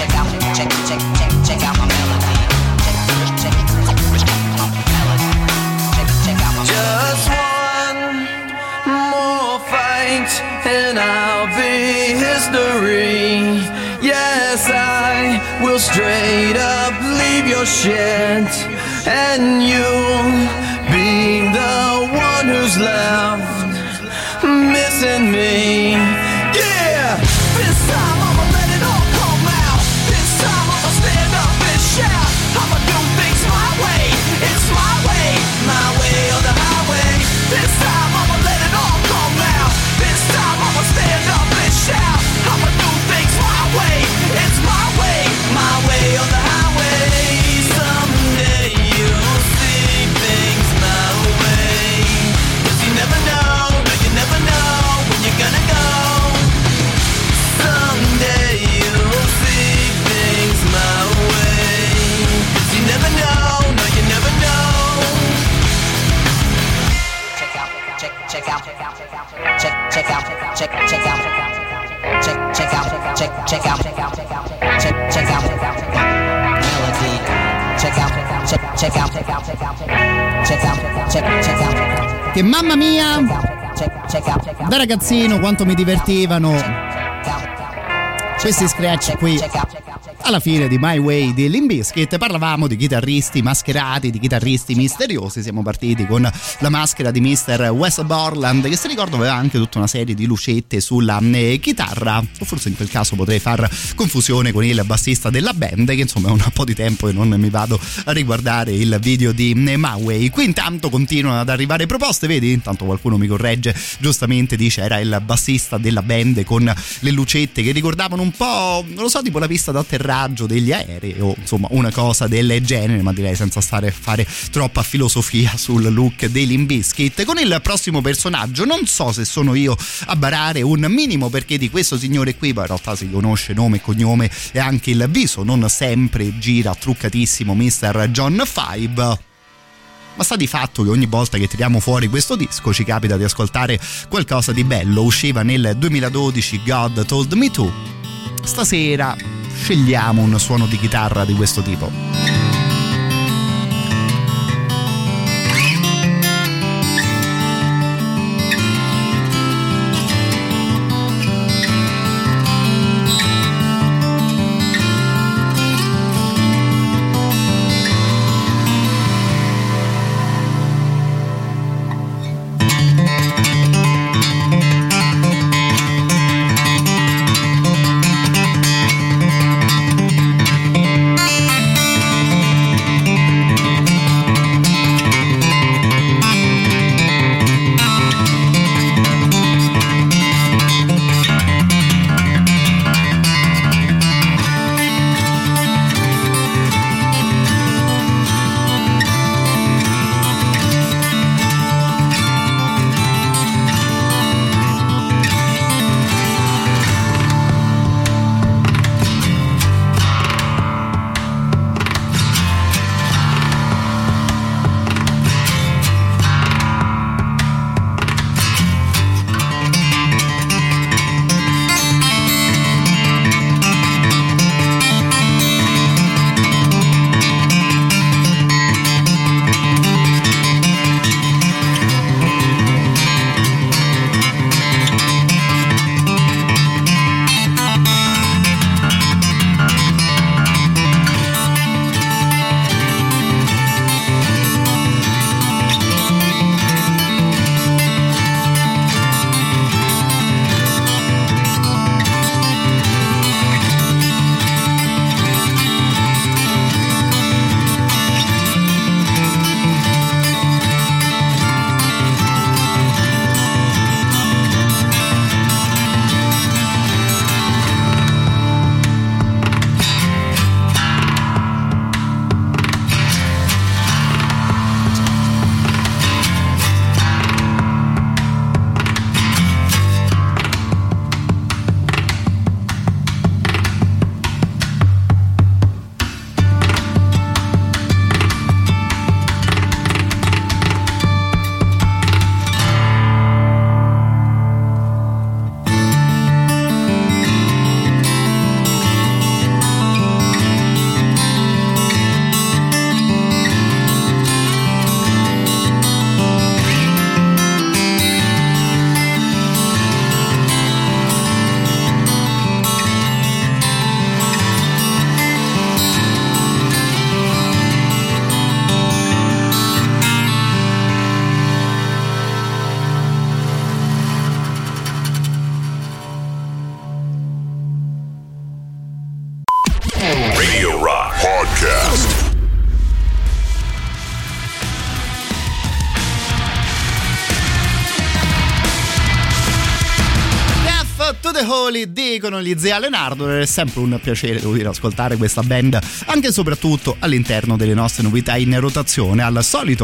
melody. Just one more fight and I'll be history. Yes, I will straight up leave your shit, and you'll be the one who's left missing me. Yeah, this time I'ma let it all come out. This time I'ma stand up and shout. I'ma do things my way. It's my way or the highway. This time I'ma let it all come out. This time I'ma stand up and shout. I'ma do things my way. It's my way or the highway. Someday you'll see things my way. 'Cause you never know, no you never know when you're gonna go. Someday you'll see things my way. 'Cause you never know, no you never know. Check out melody. Che mamma mia, da ragazzino quanto mi divertivano Questi scratch qui alla fine di My Way di Limp Bizkit. Parlavamo di chitarristi mascherati, di chitarristi misteriosi. Siamo partiti con la maschera di Mr. Wes Borland, che se ricordo aveva anche tutta una serie di lucette sulla chitarra, o forse in quel caso potrei far confusione con il bassista della band, che insomma è un po' di tempo e non mi vado a riguardare il video di My Way. Qui intanto continuano ad arrivare proposte, vedi? Intanto qualcuno mi corregge, giustamente dice era il bassista della band con le lucette che ricordavano un po', non lo so, tipo la pista d'atterraggio degli aerei o insomma una cosa del genere, ma direi senza stare a fare troppa filosofia sul look dei Limp Bizkit. Con il prossimo personaggio non so se sono io a barare un minimo, perché di questo signore qui poi in realtà si conosce nome e cognome e anche il viso, non sempre gira truccatissimo Mr. John Five. Ma sta di fatto che ogni volta che tiriamo fuori questo disco ci capita di ascoltare qualcosa di bello. Usciva nel 2012 God Told Me To. Stasera scegliamo un suono di chitarra di questo tipo. The Holy dicono gli zia Leonardo. È sempre un piacere, devo dire, ascoltare questa band anche e soprattutto all'interno delle nostre novità in rotazione. Al solito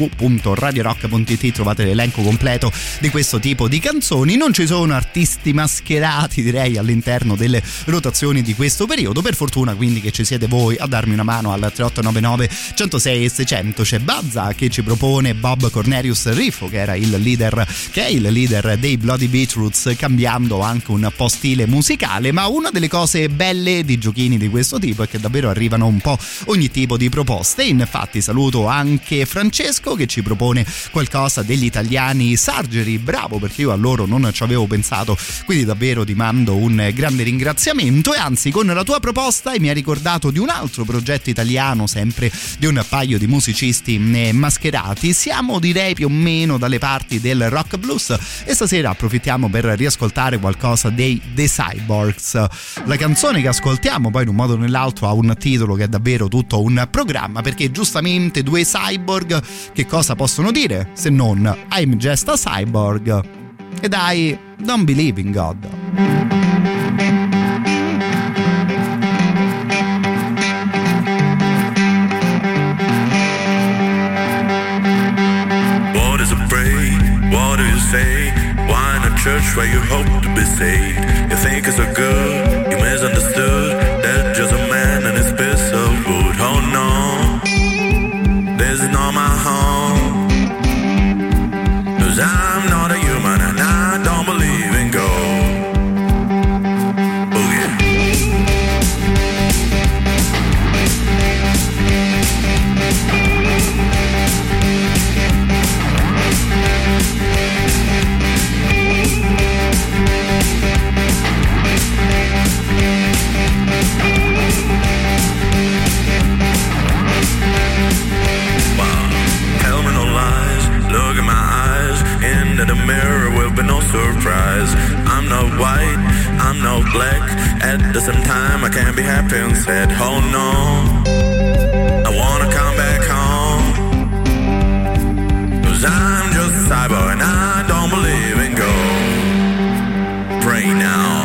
www.radiorock.it trovate l'elenco completo di questo tipo di canzoni. Non ci sono artisti mascherati, direi, all'interno delle rotazioni di questo periodo, per fortuna, quindi, che ci siete voi a darmi una mano al 3899 106 e 600. C'è Bazza che ci propone Bob Cornelius Riffo, che è il leader dei Bloody Beetroots, cambiando anche un po' stile musicale, ma una delle cose belle di giochini di questo tipo è che davvero arrivano un po' ogni tipo di proposte. Infatti saluto anche Francesco che ci propone qualcosa degli italiani Sargeri, bravo, perché io a loro non ci avevo pensato, quindi davvero ti mando un grande ringraziamento. E anzi, con la tua proposta mi ha ricordato di un altro progetto italiano, sempre di un paio di musicisti mascherati. Siamo direi più o meno dalle parti del rock blues e stasera approfittiamo per riascoltare qualcosa dei The Cyborgs. La canzone che ascoltiamo poi in un modo o nell'altro ha un titolo che è davvero tutto un programma, perché giustamente due cyborg che cosa possono dire se non I'm just a cyborg ed I don't believe in God. What is a pray? What do you say? Why in a church where you hope to be saved? You think it's so good, you misunderstood. That's just a man and his piece of wood. Oh no, this is not my home. 'Cause I'm not a human and I don't believe in God. Oh yeah. Look in my eyes, into the mirror will be no surprise. I'm not white, I'm not black. At the same time I can't be happy and sad. Oh no, I wanna come back home. 'Cause I'm just a cyborg and I don't believe in God. Pray now.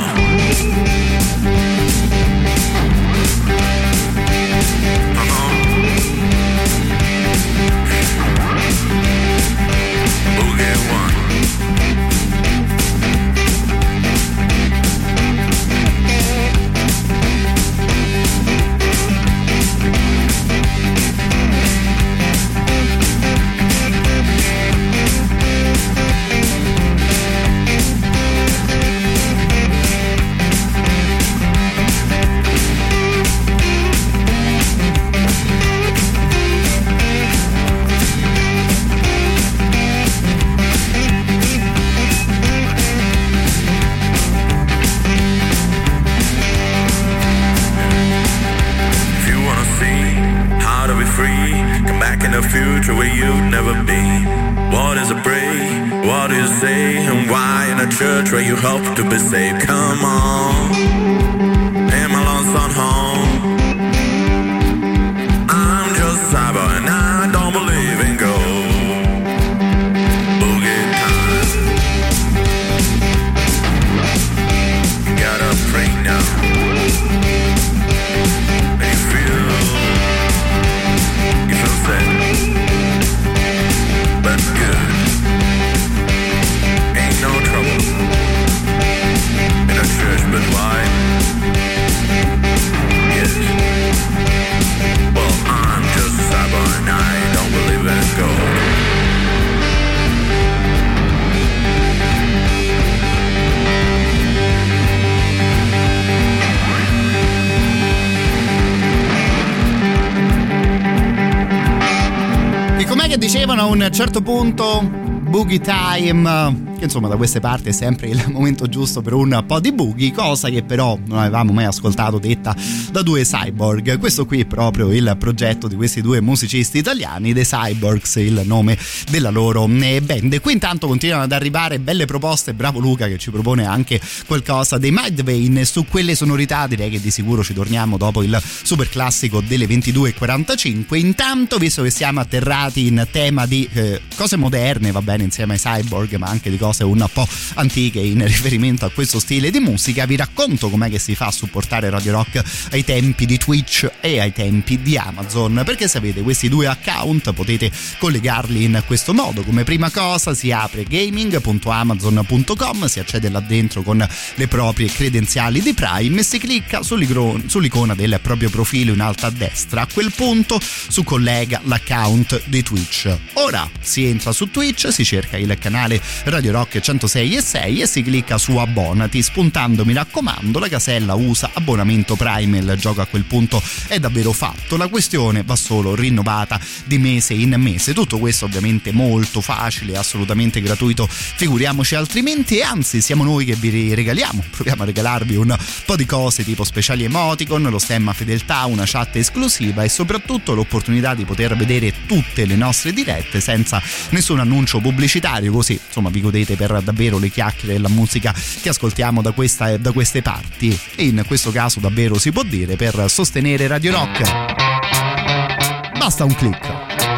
The future where you've never been. What is a pray? What do you say? And why in a church where you hope to be saved? Come on, in my lonesome home. I'm just a cyborg and I don't believe in God. Boogie time. Gotta pray now. And you feel sad. But good. Ain't no trouble in a church but why? Yes. Well, I'm just a cyborg and I don't believe in God. E com'è che dicevano a un certo punto Boogie Time, che insomma da queste parti è sempre il momento giusto per un po' di boogie, cosa che però non avevamo mai ascoltato detta da due cyborg. Questo qui è proprio il progetto di questi due musicisti italiani, The Cyborgs, il nome della loro band. Qui intanto continuano ad arrivare belle proposte, bravo Luca che ci propone anche qualcosa dei Mudvayne. Su quelle sonorità direi che di sicuro ci torniamo dopo il super classico delle 22:45. Intanto, visto che siamo atterrati in tema di cose moderne, va bene, insieme ai cyborg, ma anche di cose un po' antiche in riferimento a questo stile di musica, vi racconto com'è che si fa a supportare Radio Rock ai tempi di Twitch e ai tempi di Amazon. Perché se avete questi due account potete collegarli in questo modo. Come prima cosa si apre gaming.amazon.com, si accede là dentro con le proprie credenziali di Prime e si clicca sull'icona del proprio profilo in alto a destra. A quel punto si collega l'account di Twitch. Ora si entra su Twitch, si cerca il canale Radio Rock Rock 106.6 e si clicca su abbonati, spuntando, mi raccomando, la casella usa abbonamento Prime. Il gioco a quel punto è davvero fatto, la questione va solo rinnovata di mese in mese. Tutto questo ovviamente molto facile, assolutamente gratuito, figuriamoci altrimenti, e anzi siamo noi che vi regaliamo, proviamo a regalarvi un po' di cose tipo speciali emoticon, lo stemma fedeltà, una chat esclusiva e soprattutto l'opportunità di poter vedere tutte le nostre dirette senza nessun annuncio pubblicitario, così insomma vi godete per davvero le chiacchiere e la musica che ascoltiamo da queste parti, e in questo caso davvero si può dire per sostenere Radio Rock basta un click.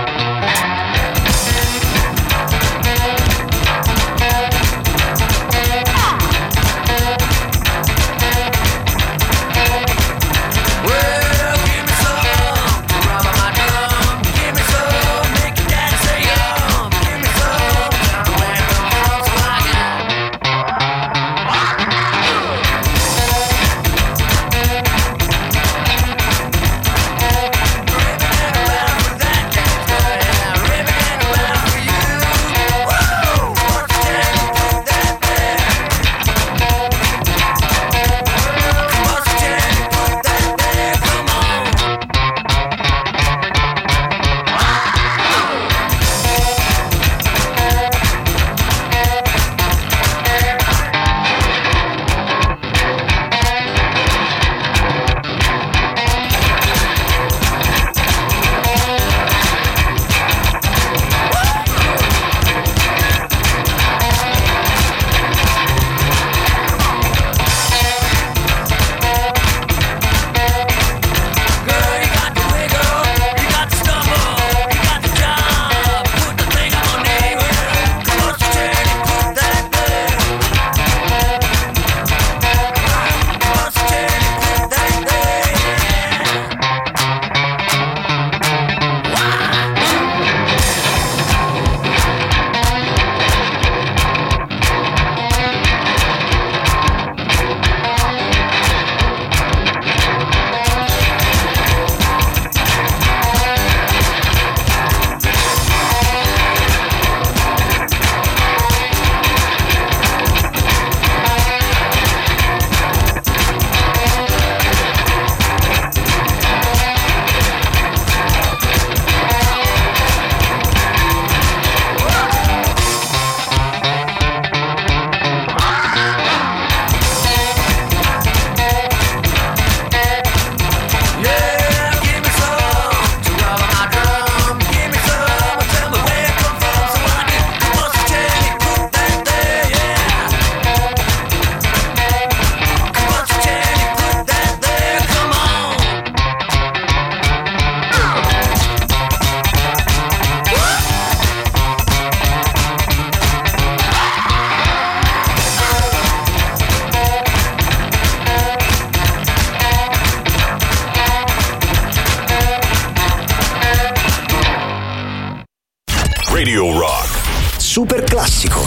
Radio Rock. Super classico.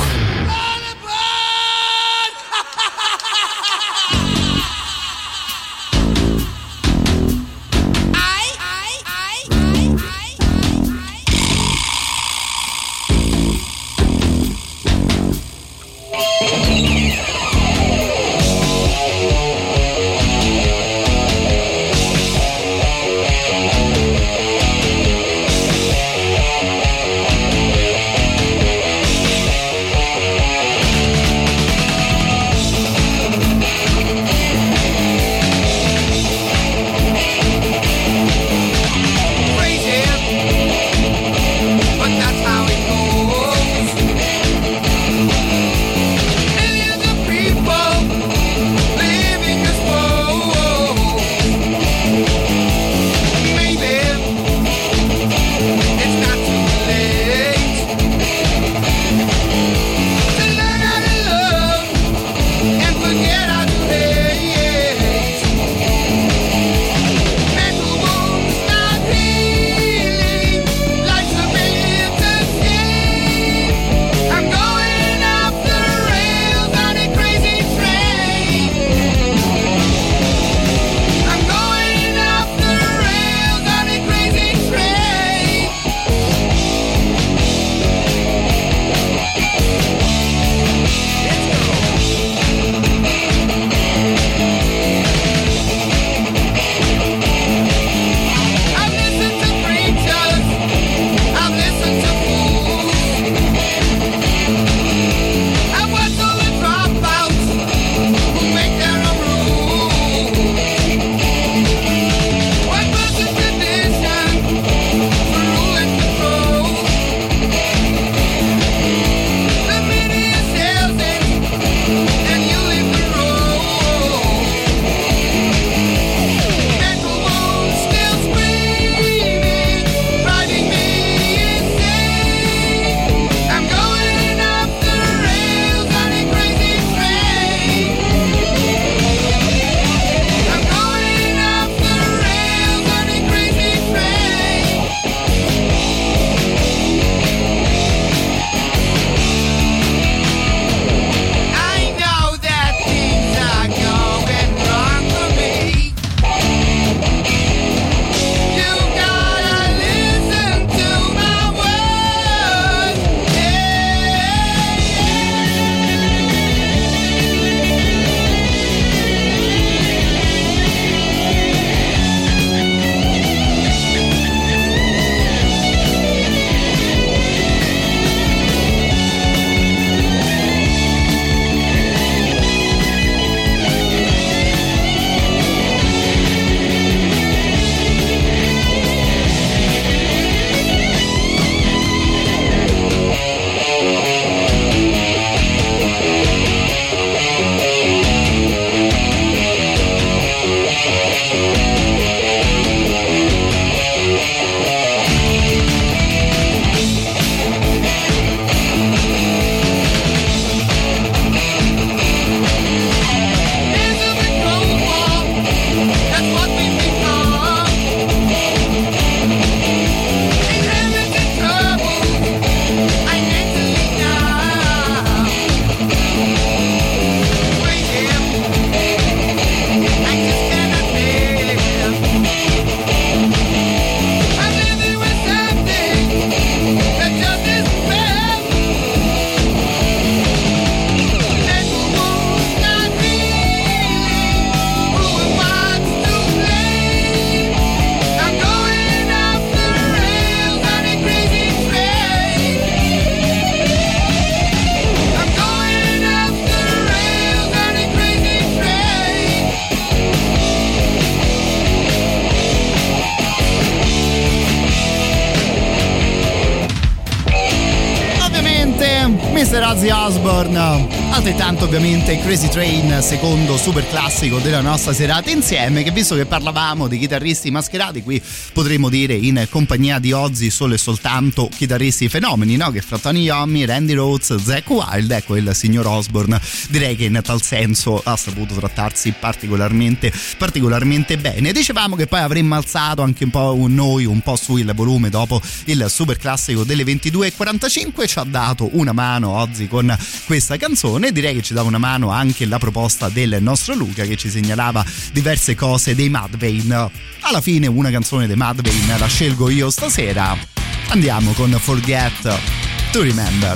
Ozzy Osbourne, altrettanto ovviamente Crazy Train, secondo super classico della nostra serata insieme, che visto che parlavamo di chitarristi mascherati, qui potremmo dire in compagnia di Ozzy solo e soltanto chitarristi fenomeni, no? Che fra Tony Iommi, Randy Rhoads, Zakk Wylde, ecco, il signor Osbourne direi che in tal senso ha saputo trattarsi particolarmente bene. Dicevamo che poi avremmo alzato anche un po' noi un po' su il volume dopo il super classico delle 22:45, ci ha dato una mano Ozzy con questa canzone, direi che ci dava una mano anche la proposta del nostro Luca che ci segnalava diverse cose dei Mudvayne. Alla fine una canzone dei Mudvayne la scelgo io stasera, andiamo con Forget to Remember.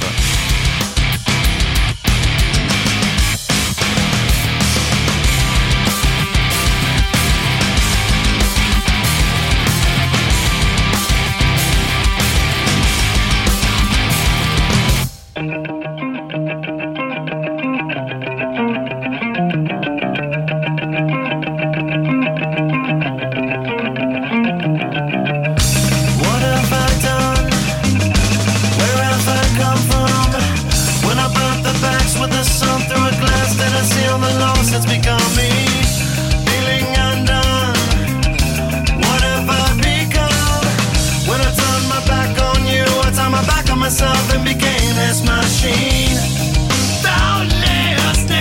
Myself and became this machine. Thoughtlessness,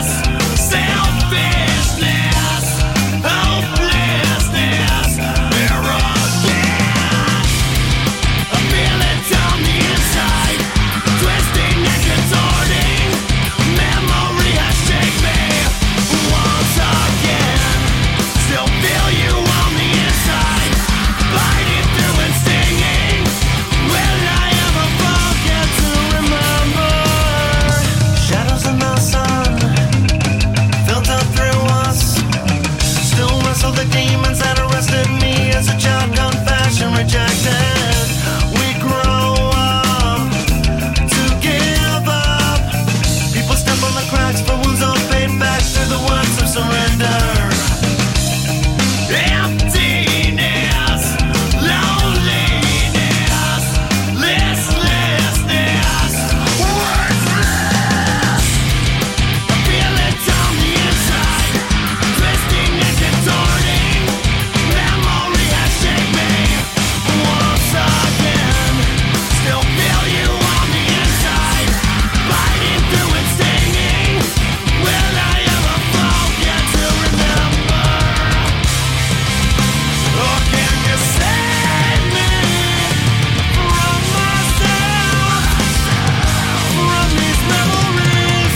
selfishness, hopelessness. We're again. I feel it on the inside, twisting and contorting. Memory has shaped me once again. Still feel you on the inside, biting through and stinging. Will I ever forget to remember? Shadows in the sun filter through us. Still wrestle the demons that arrested me as a child, confession rejected. We grow up to give up. People step on the cracks for wounds of fate, back through the words of surrender. Emptiness, loneliness, listlessness, worthless. I feel it on the inside, twisting and contorting. Memory has shaped me once again. Still feel you on the inside, biting through and stinging. Will I ever forget to remember? Or can you save me from myself, from these memories?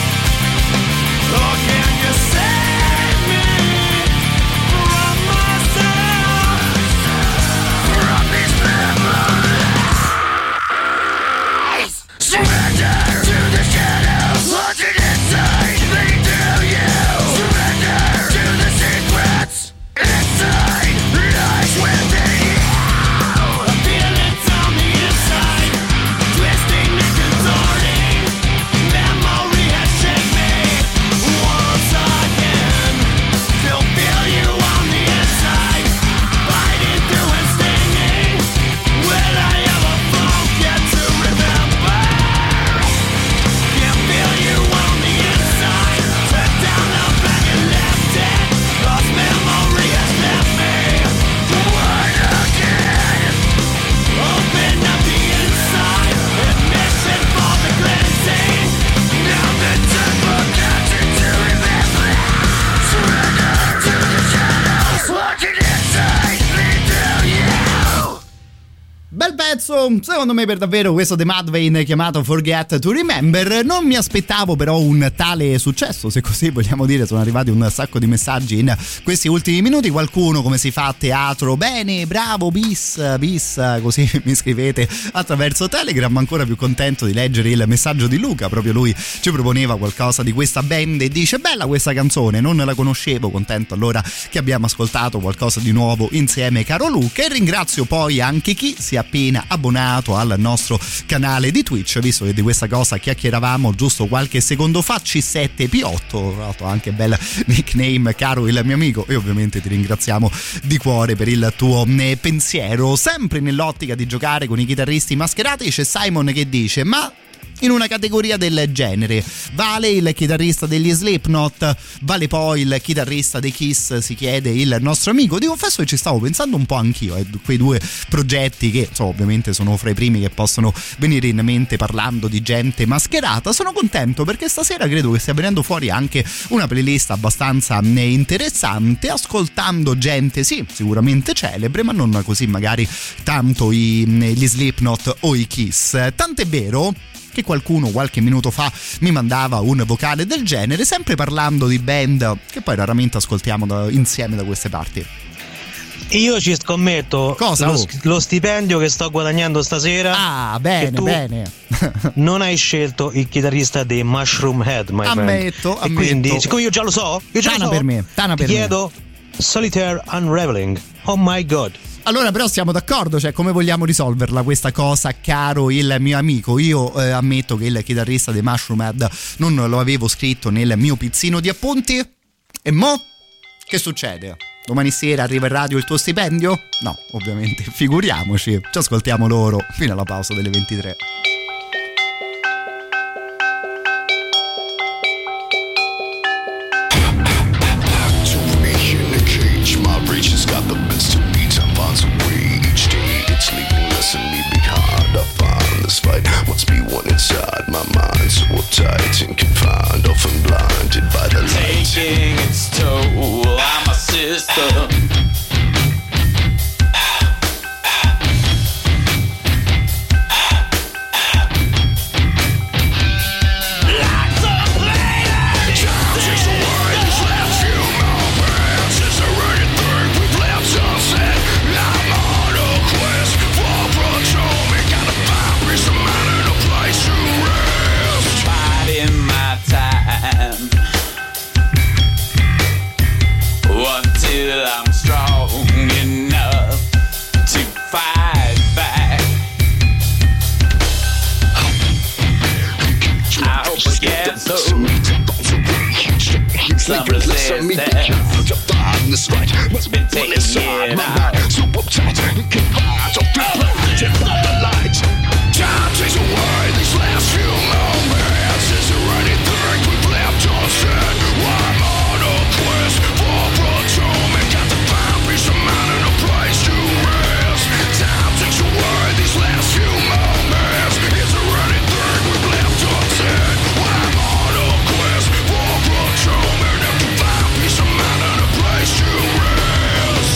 Or can you save me from myself, from these memories? Surrender to the shadows, haunted inside, leading to you. Surrender to the secrets inside, lies within you. I feel it on the inside, twisting and contorting. Memory has shaped me once again. Still feel you on the inside, biting through and stinging. Will I ever forget to remember? Can feel you on the inside, set down the back and left it. Lost memory has left me. One again. Open up the inside, admission for the cleansing. Now the time forgotten to remember. Surrender to the shadows, looking inside, lead through you. Bel pezzo, secondo me, per davvero, questo The Mudvayne chiamato Forget to Remember. Non mi aspettavo però un tale successo, se così vogliamo dire. Sono arrivati un sacco di messaggi in questi ultimi minuti. Qualcuno come si fa a teatro, bene, bravo, bis, così mi scrivete attraverso Telegram. Ancora più contento di leggere il messaggio di Luca, proprio lui ci proponeva qualcosa di questa band e dice: bella questa canzone, non la conoscevo. Contento allora che abbiamo ascoltato qualcosa di nuovo insieme, caro Luca. E ringrazio poi anche chi si è appena abbonato al nostro canale di Twitch, visto che di questa cosa chiacchieravamo giusto qualche secondo fa. C7P8, tra l'altro anche bel nickname, caro il mio amico, e ovviamente ti ringraziamo di cuore per il tuo pensiero. Sempre nell'ottica di giocare con i chitarristi mascherati, c'è Simon che dice: ma in una categoria del genere. Vale il chitarrista degli Slipknot, vale poi il chitarrista dei Kiss, si chiede il nostro amico. Ti confesso che ci stavo pensando un po' anch'io, quei due progetti che ovviamente sono fra i primi che possono venire in mente parlando di gente mascherata. Sono contento perché stasera credo che stia venendo fuori anche una playlist abbastanza interessante, ascoltando gente sì sicuramente celebre, ma non così magari tanto gli Slipknot o i Kiss. Tant'è vero che qualcuno qualche minuto fa mi mandava un vocale del genere, sempre parlando di band che poi raramente ascoltiamo insieme da queste parti. Io ci scommetto. Cosa? Lo stipendio che sto guadagnando stasera. Ah, bene, tu bene. Non hai scelto il chitarrista dei Mushroom Head, my friend. Ammetto. E quindi, siccome io già lo so, Tana per me. ti chiedo Solitaire Unraveling. Oh my god. Allora però siamo d'accordo, cioè come vogliamo risolverla questa cosa, caro il mio amico? Io ammetto che il chitarrista dei Mushroom Head non lo avevo scritto nel mio pizzino di appunti. E mo? Che succede? Domani sera arriva in radio il tuo stipendio? No, ovviamente, figuriamoci. Ci ascoltiamo loro fino alla pausa delle 23. Fight must be one inside my mind, so uptight and confined, often blinded by the light. Taking its toll on my system. Until I'm strong enough to fight back. I hope I get some resistance. Been taking it out. Time takes away these last few moments. Is there anything we've left unsaid? I'm on a quest for atonement. Got to find peace of mind and a place to rest. Time takes away these last few moments. Is there anything we've left unsaid? I'm on a quest for atonement. Got to find peace of mind and a place to rest.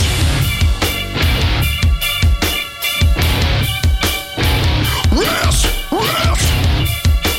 Rest, rest.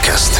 Podcast.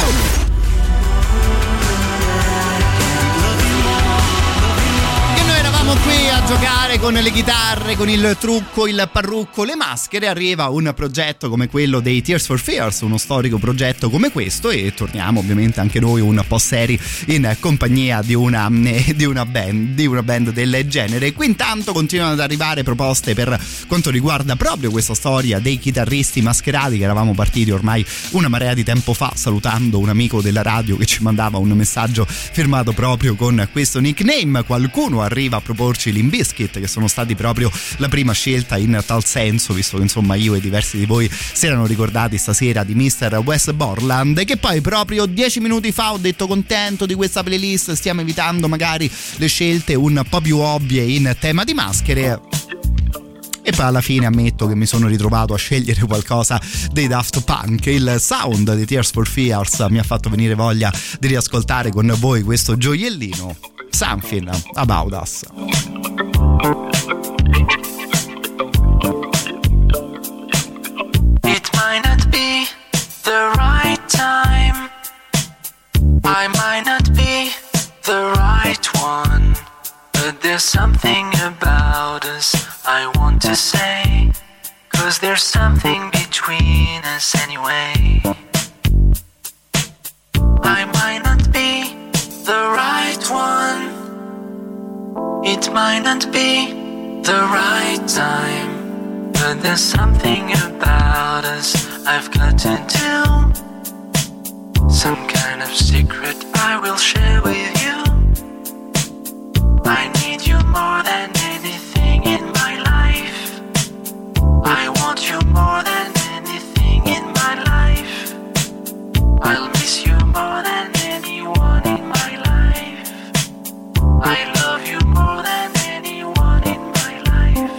Qui a giocare con le chitarre, con il trucco, il parrucco, le maschere, arriva un progetto come quello dei Tears for Fears, uno storico progetto come questo, e torniamo ovviamente anche noi un po' seri in compagnia di una band del genere. Qui intanto continuano ad arrivare proposte per quanto riguarda proprio questa storia dei chitarristi mascherati, che eravamo partiti ormai una marea di tempo fa, salutando un amico della radio che ci mandava un messaggio firmato proprio con questo nickname. Qualcuno arriva a proporci Limp Bizkit, che sono stati proprio la prima scelta in tal senso, visto che insomma io e diversi di voi si erano ricordati stasera di Mr. Wes Borland, che poi proprio 10 minuti fa ho detto contento di questa playlist, stiamo evitando magari le scelte un po' più ovvie in tema di maschere. E poi alla fine ammetto che mi sono ritrovato a scegliere qualcosa dei Daft Punk. Il sound di Tears for Fears mi ha fatto venire voglia di riascoltare con voi questo gioiellino, Something About Us. It might not be the right time, I might not be the right one, but there's something about us I want to say, 'cause there's something between us anyway. I might not be the right one, it might not be the right time, but there's something about us I've got to do, some kind of secret I will share with you. I need you more than anything in my life, I want you more than anything in my life, I'll miss you more than anyone in my life, I love you more than anyone in my life.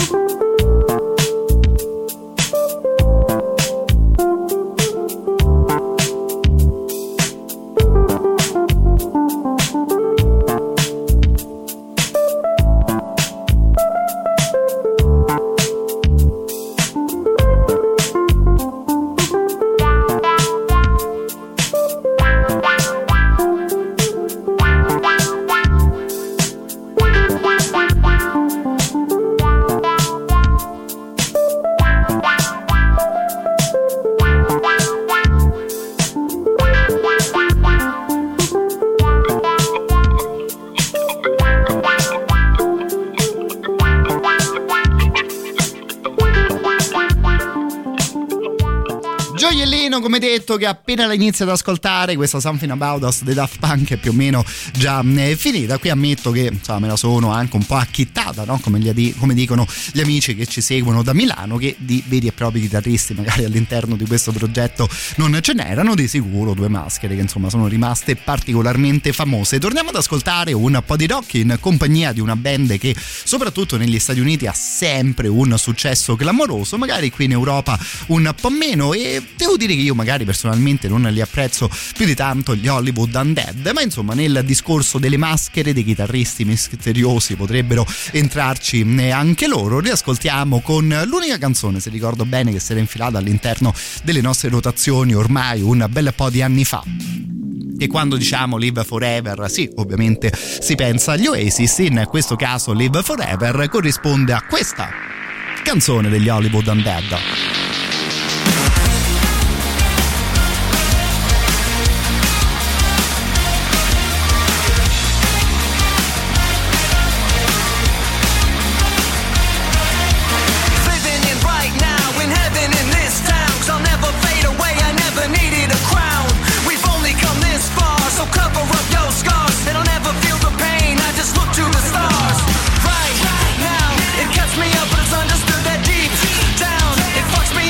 Come detto, che appena la inizio ad ascoltare questa Something About Us dei Daft Punk è più o meno già finita. Qui ammetto che insomma me la sono anche un po' acchittata, no? come dicono gli amici che ci seguono da Milano, che di veri e propri chitarristi magari all'interno di questo progetto non ce n'erano. Di sicuro due maschere che insomma sono rimaste particolarmente famose. Torniamo ad ascoltare un po' di rock in compagnia di una band che soprattutto negli Stati Uniti ha sempre un successo clamoroso, magari qui in Europa un po' meno, e devo dire che io magari personalmente non li apprezzo più di tanto gli Hollywood Undead, ma insomma nel discorso delle maschere dei chitarristi misteriosi potrebbero entrarci anche loro. Riascoltiamo con l'unica canzone, se ricordo bene, che si era infilata all'interno delle nostre rotazioni ormai un bel po' di anni fa, e quando diciamo Live Forever, sì, ovviamente si pensa agli Oasis. In questo caso Live Forever corrisponde a questa canzone degli Hollywood Undead. Right now, it cuts me up, but it's understood that deep down, it fucks me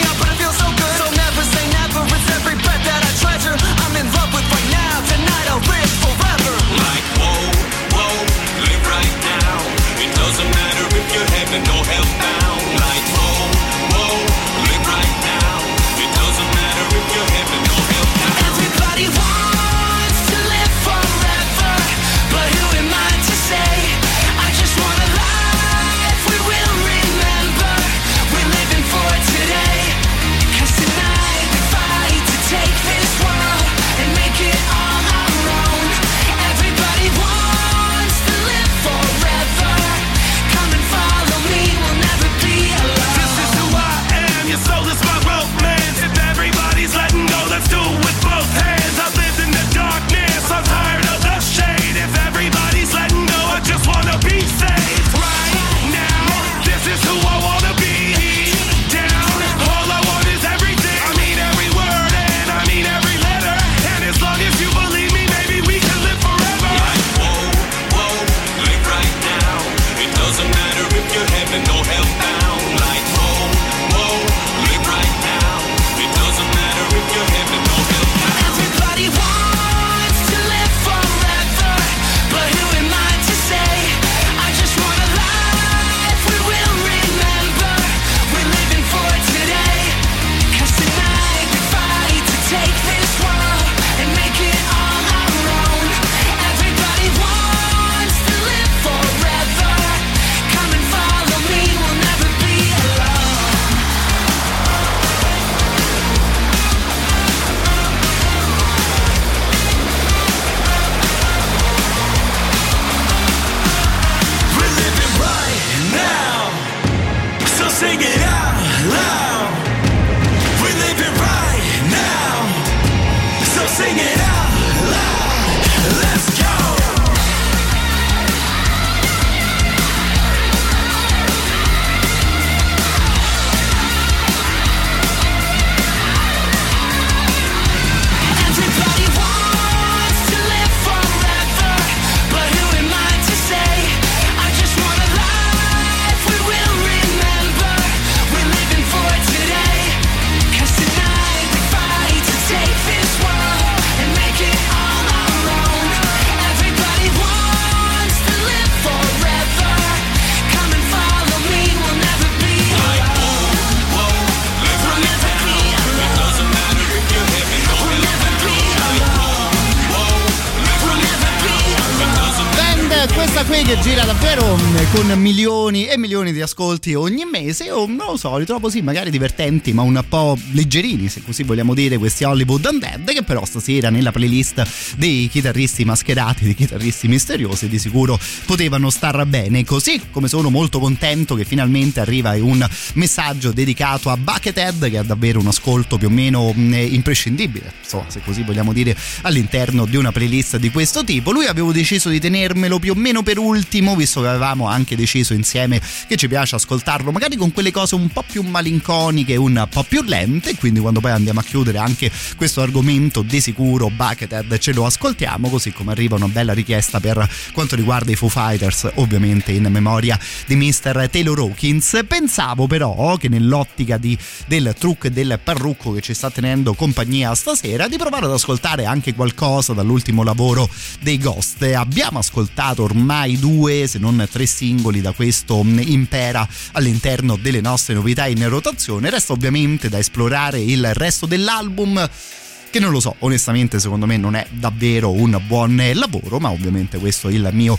Questa qui che gira davvero con milioni e milioni di ascolti ogni mese, o non lo so, li trovo sì magari divertenti ma un po' leggerini, se così vogliamo dire, questi Hollywood Undead, che però stasera nella playlist dei chitarristi mascherati, dei chitarristi misteriosi, di sicuro potevano star bene. Così come sono molto contento che finalmente arriva un messaggio dedicato a Buckethead, che ha davvero un ascolto più o meno imprescindibile, insomma, se così vogliamo dire, all'interno di una playlist di questo tipo. Lui avevo deciso di tenermelo più o meno per ultimo, visto che avevamo anche deciso insieme che ci piace ascoltarlo magari con quelle cose un po' più malinconiche, un po' più lente, quindi quando poi andiamo a chiudere anche questo argomento di sicuro Buckethead ce lo ascoltiamo, così come arriva una bella richiesta per quanto riguarda i Foo Fighters, ovviamente in memoria di Mr. Taylor Hawkins. Pensavo però che nell'ottica del trucco e del parrucco che ci sta tenendo compagnia stasera, di provare ad ascoltare anche qualcosa dall'ultimo lavoro dei Ghost. Abbiamo ascoltato ormai 2 se non 3 singoli da questo Impera all'interno delle nostre novità in rotazione. Resta ovviamente da esplorare il resto dell'album, che non lo so, onestamente secondo me non è davvero un buon lavoro, ma ovviamente questo è il mio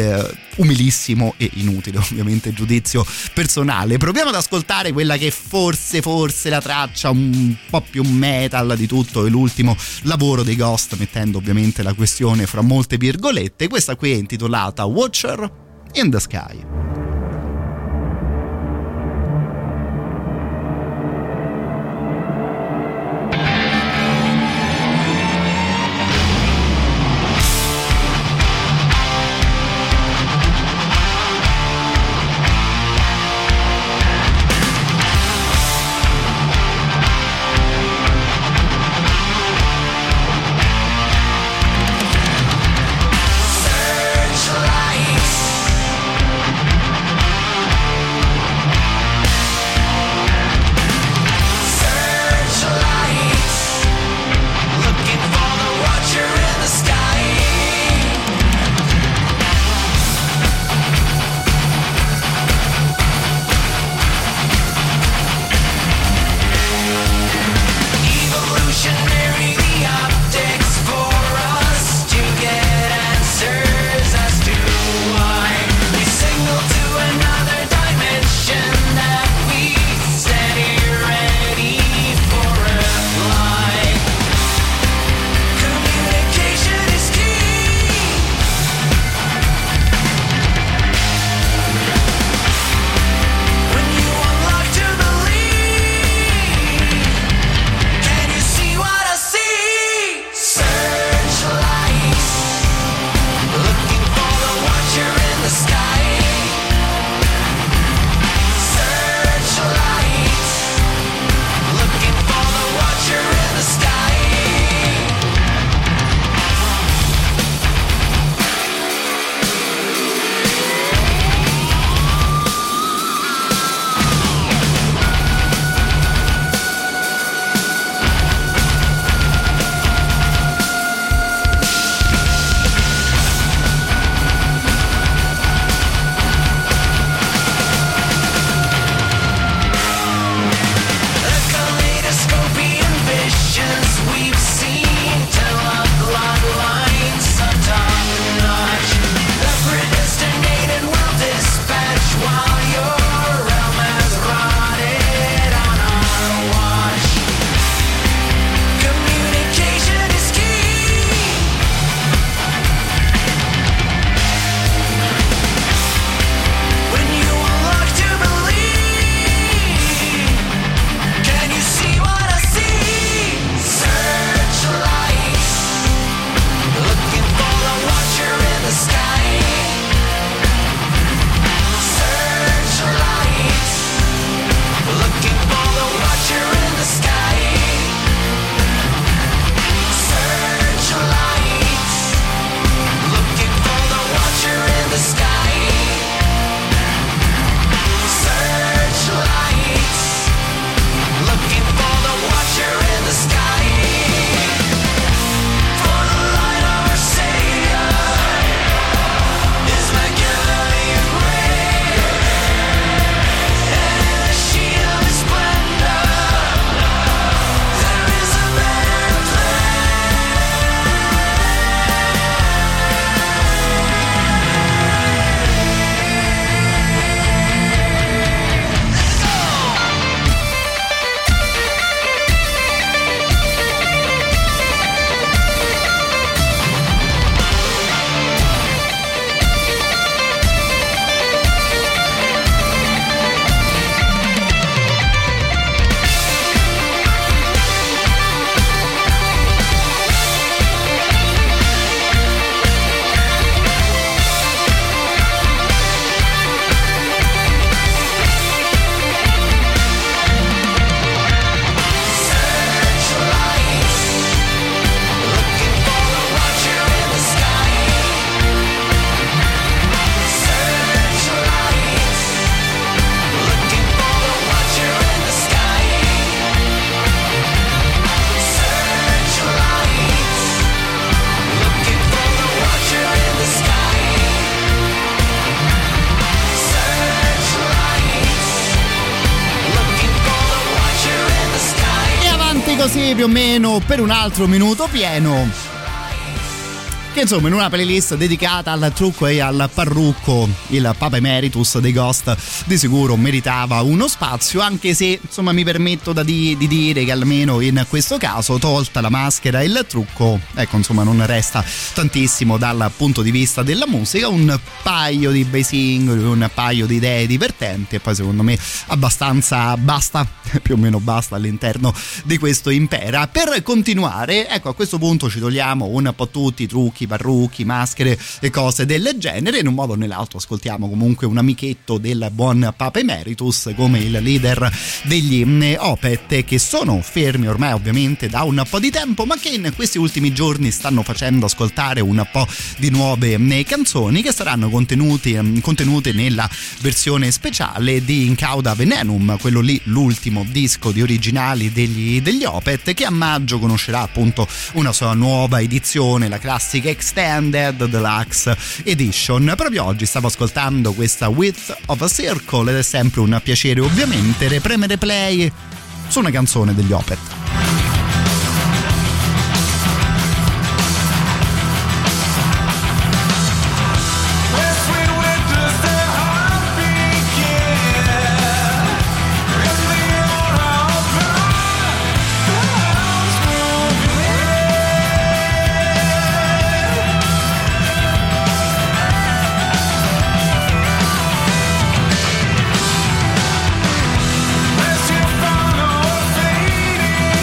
umilissimo e inutile ovviamente giudizio personale. Proviamo ad ascoltare quella che forse la traccia un po' più metal di tutto l'ultimo lavoro dei Ghost, mettendo ovviamente la questione fra molte virgolette. Questa qui è intitolata Watcher in the Sky. Searchlights così più o meno per un altro minuto pieno, che insomma in una playlist dedicata al trucco e al parrucco il Papa Emeritus dei Ghost di sicuro meritava uno spazio, anche se insomma mi permetto di dire che almeno in questo caso, tolta la maschera e il trucco, ecco insomma non resta tantissimo dal punto di vista della musica, un paio di bei singoli, un paio di idee divertenti e poi secondo me abbastanza basta, più o meno basta all'interno di questo Impera. Per continuare, ecco, a questo punto ci togliamo un po' tutti i trucchi, parrucchi, maschere e cose del genere. In un modo o nell'altro ascoltiamo comunque un amichetto del buon Papa Emeritus come il leader degli Opeth, che sono fermi ormai ovviamente da un po' di tempo, ma che in questi ultimi giorni stanno facendo ascoltare un po' di nuove canzoni che saranno contenute nella versione speciale di Incauda Venenum, quello lì l'ultimo disco di originali degli Opeth, che a maggio conoscerà appunto una sua nuova edizione, la classica Extended Deluxe Edition. Proprio oggi stavo ascoltando questa Width of a Circle ed è sempre un piacere ovviamente premere play su una canzone degli Opeth. Let's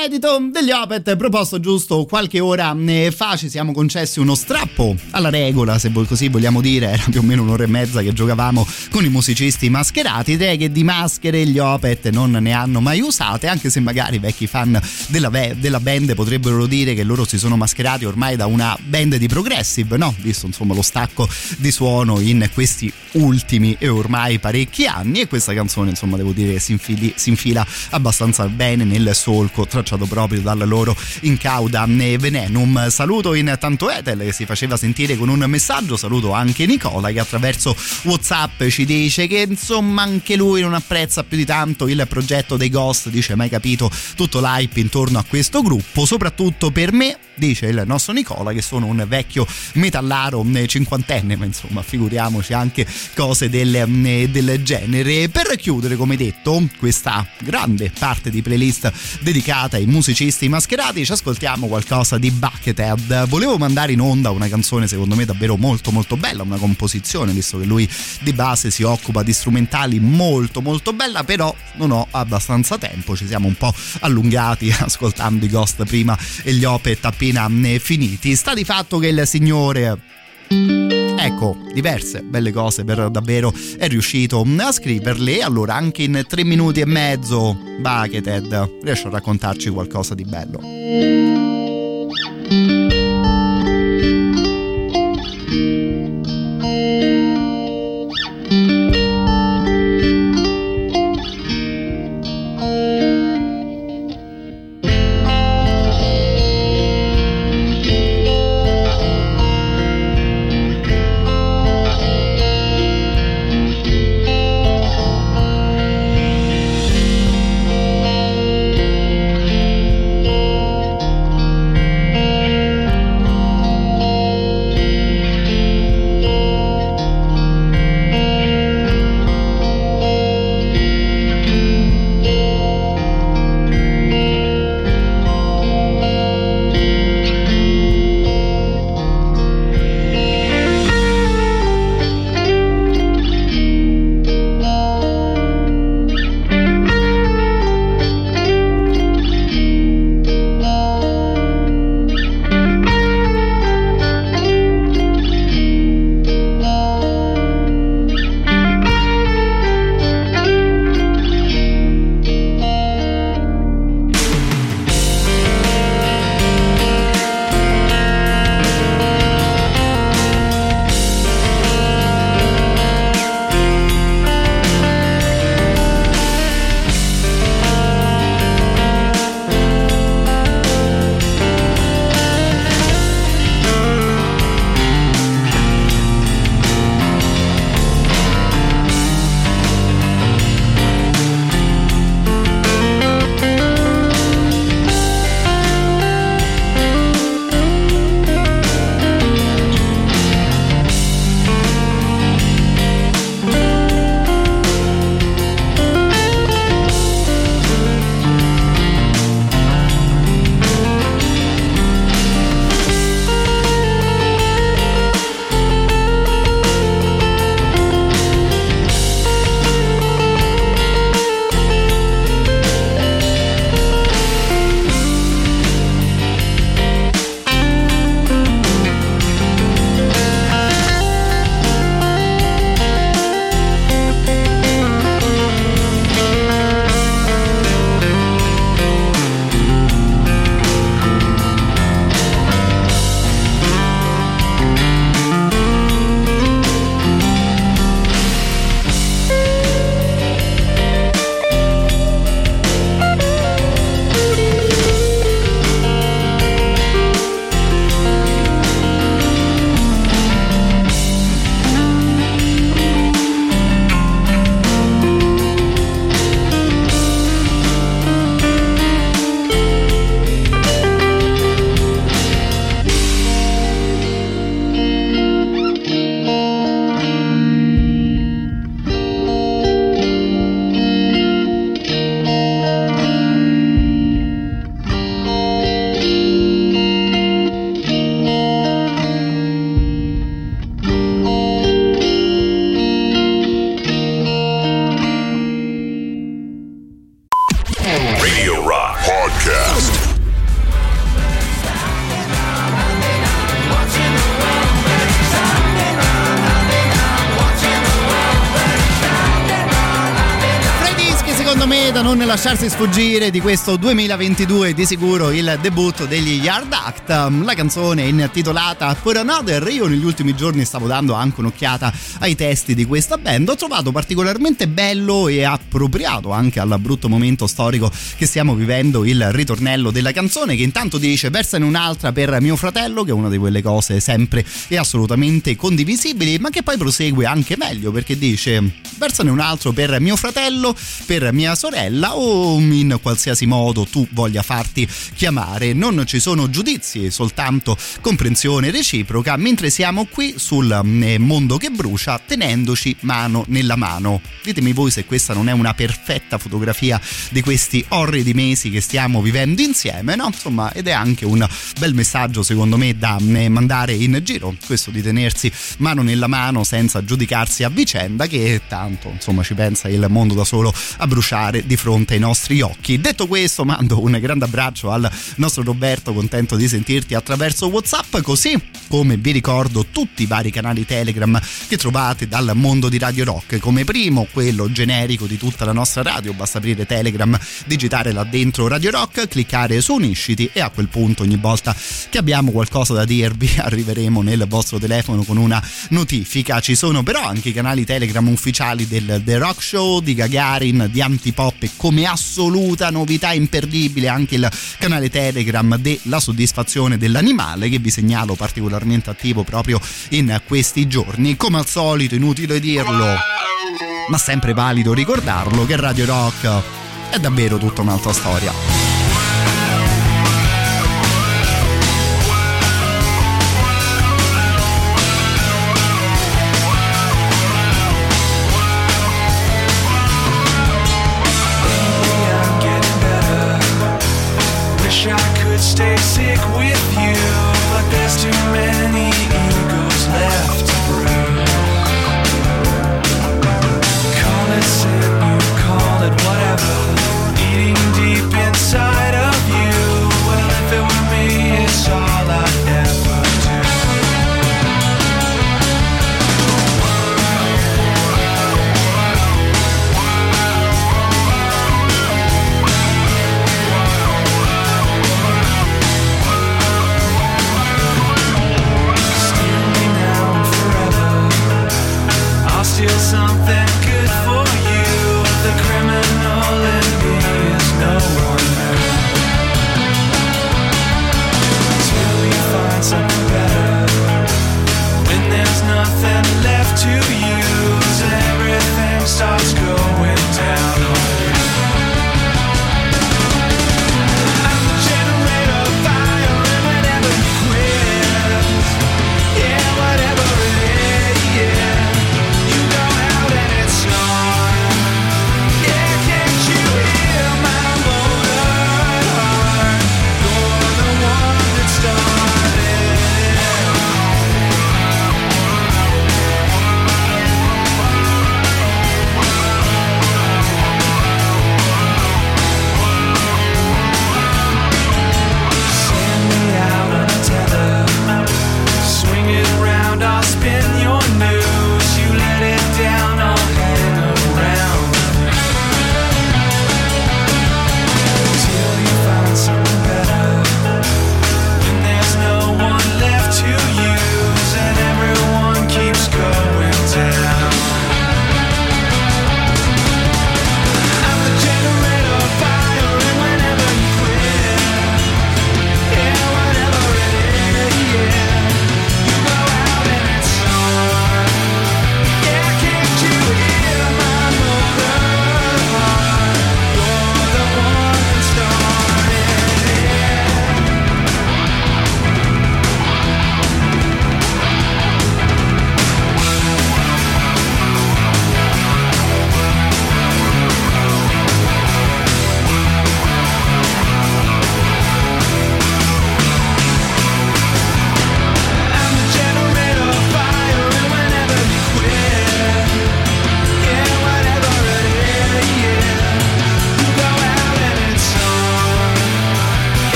inedito degli Opeth, proposto giusto qualche ora fa. Ci siamo concessi uno strappo alla regola, se così vogliamo dire. Era più o meno un'ora e mezza che giocavamo con i musicisti mascherati. Direi che di maschere gli Opeth non ne hanno mai usate, anche se magari i vecchi fan della band potrebbero dire che loro si sono mascherati ormai da una band di progressive, no? Visto insomma lo stacco di suono in questi ultimi e ormai parecchi anni. E questa canzone insomma devo dire che si infila abbastanza bene nel solco tracciato proprio dal loro incauda Venenum. Saluto intanto Ethel che si faceva sentire con un messaggio, saluto anche Nicola che attraverso WhatsApp ci dice che insomma anche lui non apprezza più di tanto il progetto dei Ghost, dice mai capito tutto l'hype intorno a questo gruppo, soprattutto per me, dice il nostro Nicola, che sono un vecchio metallaro cinquantenne, ma insomma figuriamoci anche cose del genere. Per chiudere, come detto, questa grande parte di playlist dedicata ai musicisti mascherati, ci ascoltiamo qualcosa di Buckethead. Volevo mandare in onda una canzone secondo me davvero molto molto bella, una composizione, visto che lui di base si occupa di strumentali, molto molto bella, però non ho abbastanza tempo, ci siamo un po' allungati ascoltando i Ghost prima e gli Opeth appena finiti. Sta di fatto che il signore, ecco, diverse belle cose per davvero è riuscito a scriverle. Allora anche in 3 minuti e mezzo Buckethead riesce a raccontarci qualcosa di bello. secondo me da non lasciarsi sfuggire di questo 2022, di sicuro il debutto degli Yard Act. La canzone è intitolata For Another. Io negli ultimi giorni stavo dando anche un'occhiata ai testi di questa band, ho trovato particolarmente bello e appropriato anche al brutto momento storico che stiamo vivendo il ritornello della canzone, che intanto dice: versane un'altra per mio fratello, che è una di quelle cose sempre e assolutamente condivisibili, ma che poi prosegue anche meglio, perché dice: versane un altro per mio fratello, per mia sorella, o in qualsiasi modo tu voglia farti chiamare. Non ci sono giudizi, soltanto comprensione reciproca, mentre siamo qui sul mondo che brucia, tenendoci mano nella mano. Ditemi voi se questa non è una perfetta fotografia di questi orridi mesi che stiamo vivendo insieme, no? Insomma, ed è anche un bel messaggio secondo me da mandare in giro, questo di tenersi mano nella mano senza giudicarsi a vicenda, che tanto insomma ci pensa il mondo da solo a bruciare di fronte ai nostri occhi. Detto questo, mando un grande abbraccio al nostro Roberto, contento di sentirti attraverso WhatsApp, così come vi ricordo tutti i vari canali Telegram che trovate dal mondo di Radio Rock. Come primo, quello generico di tutta la nostra radio, basta aprire Telegram, digitare là dentro Radio Rock, cliccare su Unisciti e a quel punto ogni volta che abbiamo qualcosa da dirvi arriveremo nel vostro telefono con una notifica. Ci sono però anche i canali Telegram ufficiali del The Rock Show, di Gagarin, di Antipop, e come assoluta novità imperdibile anche il canale Telegram della soddisfazione dell'animale, che vi segnalo particolarmente attivo proprio in questi giorni. Come al solito, inutile dirlo, ma sempre valido ricordarlo, che Radio Rock è davvero tutta un'altra storia. Stay sick with you, but there's too many egos left to bruise. Call it sin, you call it whatever, eating deep inside of you. Well, if it were me, it's all I'd ever do.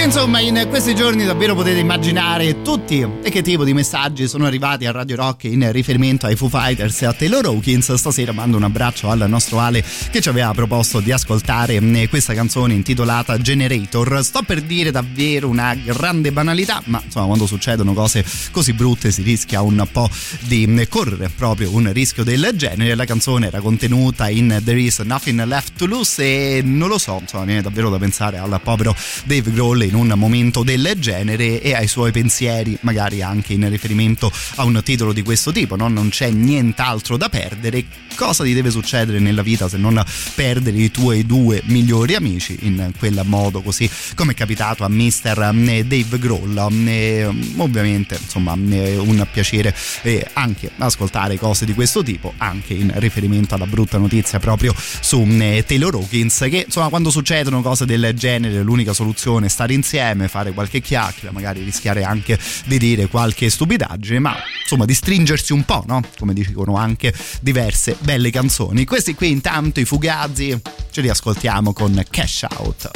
Insomma, in questi giorni davvero potete immaginare tutti e che tipo di messaggi sono arrivati a Radio Rock in riferimento ai Foo Fighters e a Taylor Hawkins. Stasera mando un abbraccio al nostro Ale che ci aveva proposto di ascoltare questa canzone intitolata Generator. Sto per dire davvero una grande banalità, ma insomma quando succedono cose così brutte si rischia un po' di correre proprio un rischio del genere. La canzone era contenuta in There Is Nothing Left to Lose e non lo so, insomma viene davvero da pensare al povero Dave Grohl in un momento del genere e ai suoi pensieri, magari anche in riferimento a un titolo di questo tipo, no? Non c'è nient'altro da perdere. Cosa ti deve succedere nella vita se non perdere i tuoi due migliori amici in quel modo, così come è capitato a Mr. Dave Grohl? Ovviamente insomma un piacere anche ascoltare cose di questo tipo, anche in riferimento alla brutta notizia proprio su Taylor Hawkins, che insomma quando succedono cose del genere l'unica soluzione è stare insieme, fare qualche chiacchiera, magari rischiare anche di dire qualche stupidaggine, ma insomma di stringersi un po', no? Come dicono anche diverse belle canzoni. Questi qui intanto i Fugazi ce li ascoltiamo con Cash Out.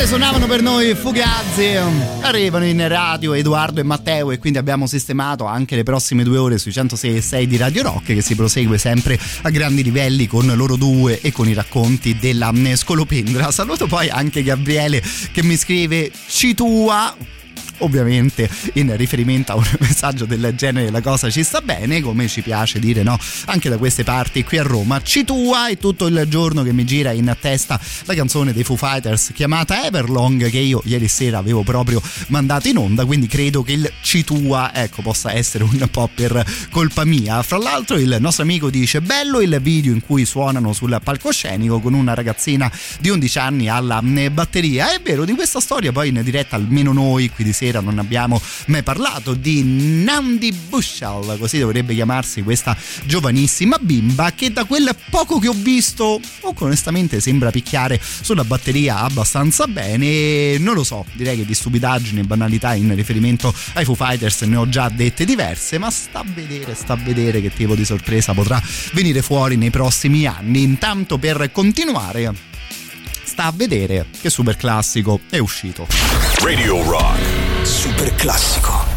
Mentre suonavano per noi Fugazi, arrivano in radio Edoardo e Matteo, e quindi abbiamo sistemato anche le prossime 2 ore sui 106.6 di Radio Rock, che si prosegue sempre a grandi livelli con loro due e con i racconti della Scolopendra. Saluto poi anche Gabriele che mi scrive Citua, ovviamente in riferimento a un messaggio del genere. La cosa ci sta bene, come ci piace dire, no, anche da queste parti qui a Roma. Citua è tutto il giorno che mi gira in testa la canzone dei Foo Fighters chiamata Everlong, che io ieri sera avevo proprio mandato in onda, quindi credo che il Citua, ecco, possa essere un po' per colpa mia. Fra l'altro il nostro amico dice bello il video in cui suonano sul palcoscenico con una ragazzina di 11 anni alla batteria. È vero, di questa storia poi in diretta almeno noi qui di sera non abbiamo mai parlato, di Nandi Bushell, così dovrebbe chiamarsi questa giovanissima bimba, che da quel poco che ho visto onestamente sembra picchiare sulla batteria abbastanza bene. Non lo so, direi che di stupidaggini e banalità in riferimento ai Foo Fighters ne ho già dette diverse, ma sta a vedere che tipo di sorpresa potrà venire fuori nei prossimi anni. Intanto, per continuare, sta a vedere che super classico è uscito. Radio Rock Super classico.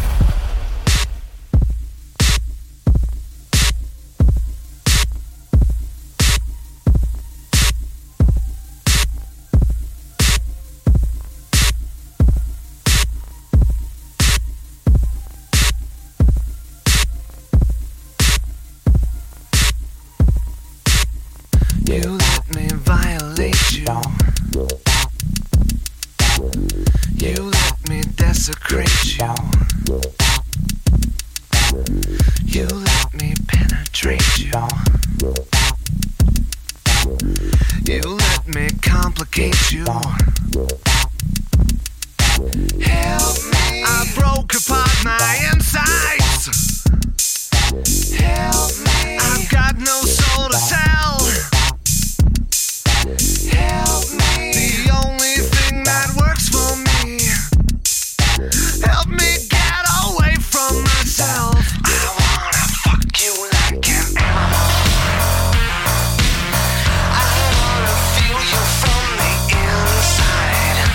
You let me violate you. You let me desecrate you. You let me penetrate you. You let me complicate you. Help me. I broke apart my insides. Help me. I've got no soul to tell. Help me. The only thing that works for me. Help me get away from myself. I wanna fuck you like an animal. I wanna feel you from the inside.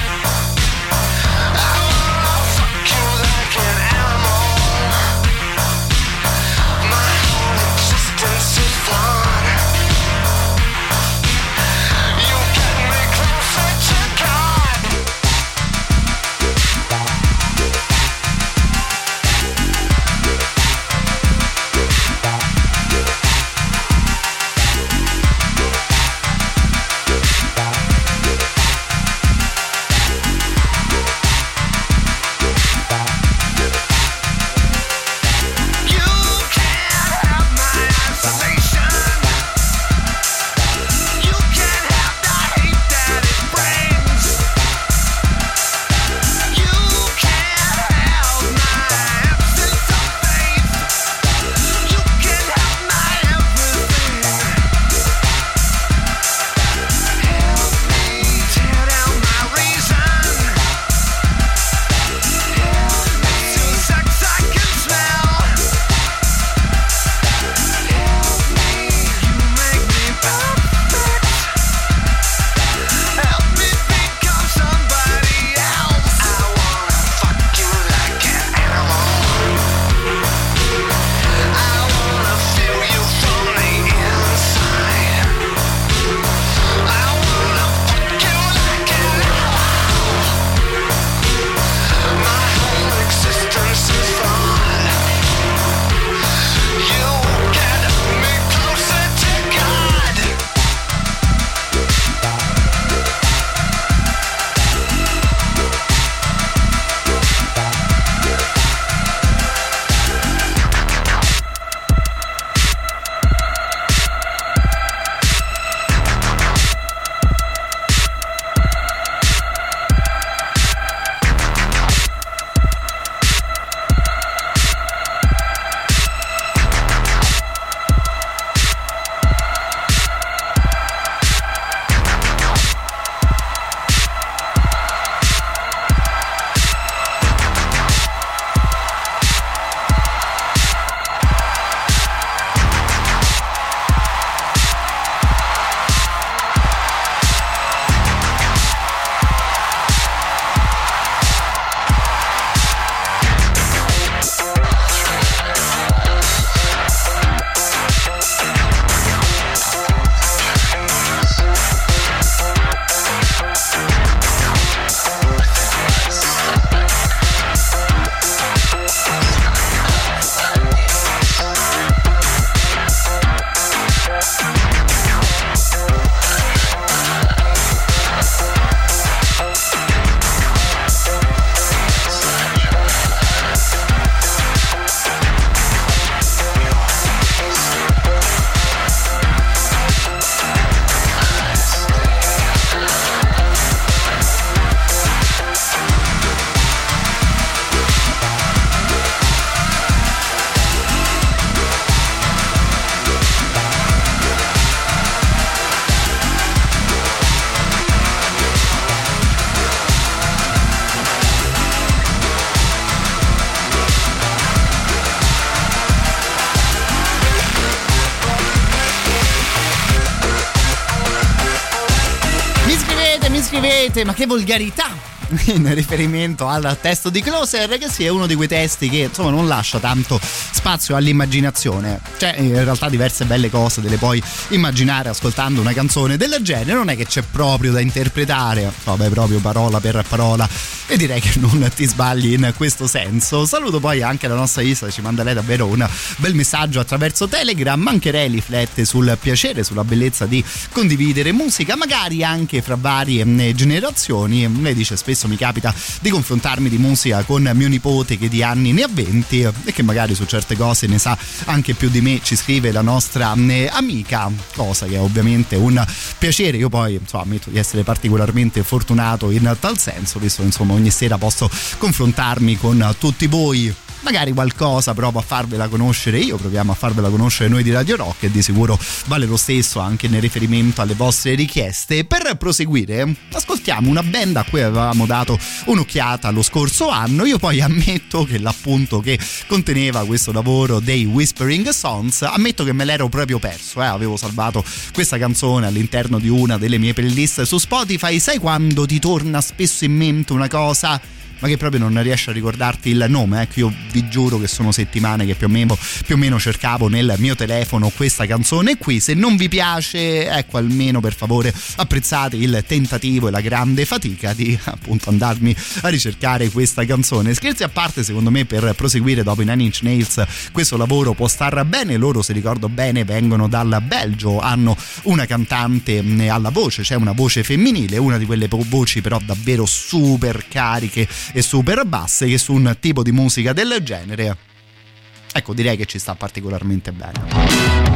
mi scrivete, ma che volgarità! In riferimento al testo di Closer, che sì, è uno di quei testi che insomma non lascia tanto spazio all'immaginazione. Cioè, in realtà diverse belle cose te le puoi immaginare ascoltando una canzone del genere, non è che c'è proprio da interpretare, vabbè, proprio parola per parola, e direi che non ti sbagli in questo senso. Saluto poi anche la nostra Isa, ci manda lei davvero un bel messaggio attraverso Telegram. Anche lei riflette sul piacere, sulla bellezza di condividere musica, magari anche fra varie generazioni. Lei dice: spesso mi capita di confrontarmi di musica con mio nipote che di anni ne ha 20 e che magari su certe cose ne sa anche più di me, ci scrive la nostra amica, cosa che è ovviamente un piacere. Io poi insomma ammetto di essere particolarmente fortunato in tal senso, visto che insomma ogni sera posso confrontarmi con tutti voi. Magari qualcosa provo a farvela conoscere io, proviamo a farvela conoscere noi di Radio Rock, e di sicuro vale lo stesso anche nel riferimento alle vostre richieste. Per proseguire ascoltiamo una band a cui avevamo dato un'occhiata lo scorso anno. Io poi ammetto che l'appunto che conteneva questo lavoro dei Whispering Sons, ammetto che me l'ero proprio perso, avevo salvato questa canzone all'interno di una delle mie playlist su Spotify. Sai quando ti torna spesso in mente una cosa ma che proprio non riesci a ricordarti il nome? Io vi giuro che sono settimane che più o meno cercavo nel mio telefono questa canzone qui. Se non vi piace, ecco, almeno per favore apprezzate il tentativo e la grande fatica di appunto andarmi a ricercare questa canzone. Scherzi a parte, secondo me per proseguire dopo i Nine Inch Nails questo lavoro può star bene. Loro, se ricordo bene, vengono dal Belgio, hanno una cantante alla voce, c'è una voce femminile, una di quelle voci però davvero super cariche e super basse, che su un tipo di musica del genere, ecco, direi che ci sta particolarmente bene.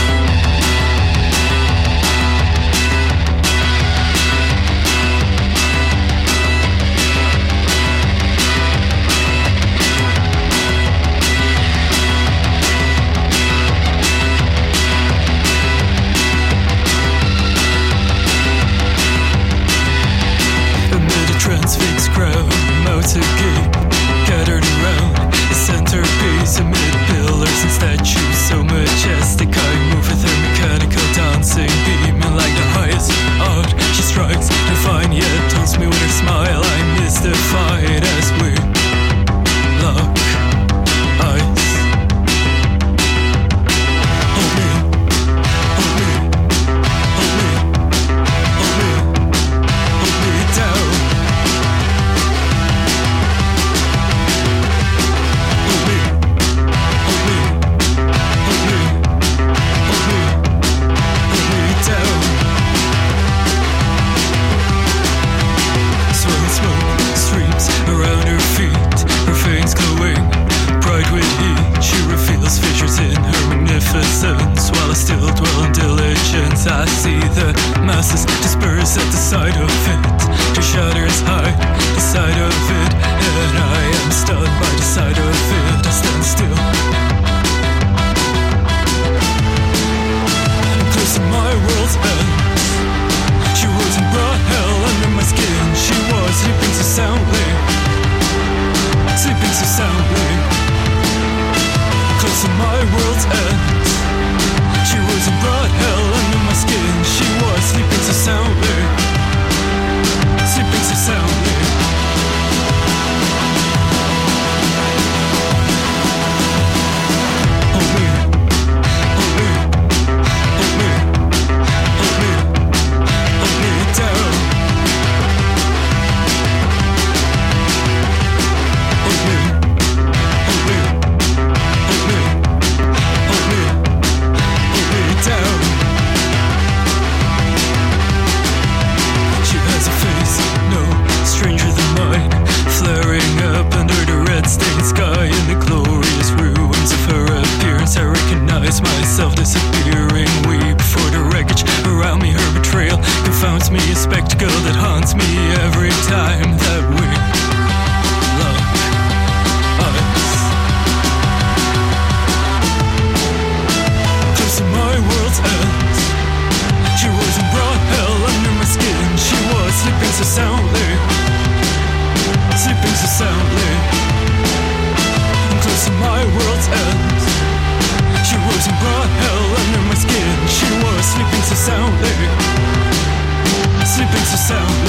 Transfixed crowd, motor gate, gathered around the centerpiece amid pillars and statues so majestic. I move with her mechanical dancing, beaming like the highest art. She strikes divine yet taunts me with her smile. I'm mystified as we lock eyes. Hold me, hold me, hold me, hold me, hold me down. While I still dwell in diligence, I see the masses disperse at the sight of it. To shatters hide the sight of it, and I am stunned by the sight of it. I stand still, close to my world's end. She wasn't brought hell under my skin. She was sleeping so soundly, sleeping so soundly, close to my world's end. She wasn't brought hell under my skin. She was sleeping so soundly, sleeping so soundly. Hold me, hold me, hold me, hold me, hold me down. Hold me, hold me, hold me, hold me, hold me down. She has a face no stranger than mine, flaring up under the red stained sky. In the glorious ruins of her appearance, I recognize myself disappearing. Weep for the wreckage around me. Her betrayal confounds me, a spectacle that haunts me every time that we lock eyes. Close to my world's end. She wasn't brought hell under my skin. She was sleeping so soundly, sleeping so soundly, close to my world's end. She wasn't brought hell under my skin. She was sleeping so soundly, sleeping so soundly.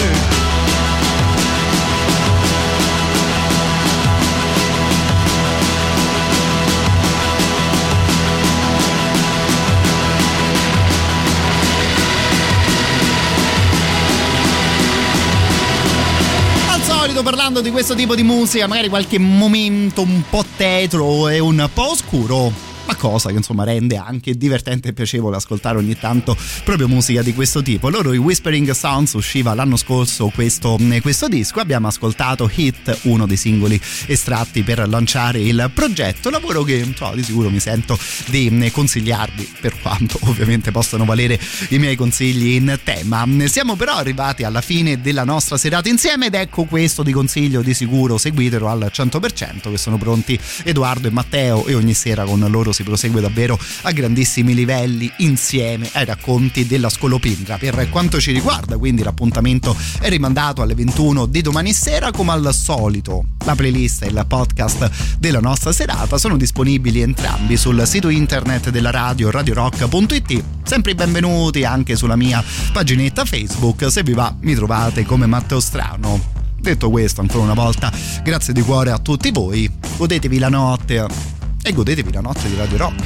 solito parlando di questo tipo di musica, magari qualche momento un po' tetro e un po' oscuro, ma cosa che insomma rende anche divertente e piacevole ascoltare ogni tanto proprio musica di questo tipo. Loro, i Whispering Sounds, usciva l'anno scorso questo disco. Abbiamo ascoltato Hit, uno dei singoli estratti per lanciare il progetto, lavoro che di sicuro mi sento di consigliarvi, per quanto ovviamente possano valere i miei consigli in tema. Siamo però arrivati alla fine della nostra serata insieme ed ecco questo di consiglio di sicuro seguitelo al 100%, che sono pronti Edoardo e Matteo, e ogni sera con loro si prosegue davvero a grandissimi livelli insieme ai racconti della Scolopendra. Per quanto ci riguarda, quindi, l'appuntamento è rimandato alle 21 di domani sera. Come al solito, la playlist e il podcast della nostra serata sono disponibili entrambi sul sito internet della radio, radiorock.it. Sempre benvenuti anche sulla mia paginetta Facebook, se vi va mi trovate come Matteo Strano. Detto questo, ancora una volta grazie di cuore a tutti voi, godetevi la notte e godetevi la notte di Radio Rock.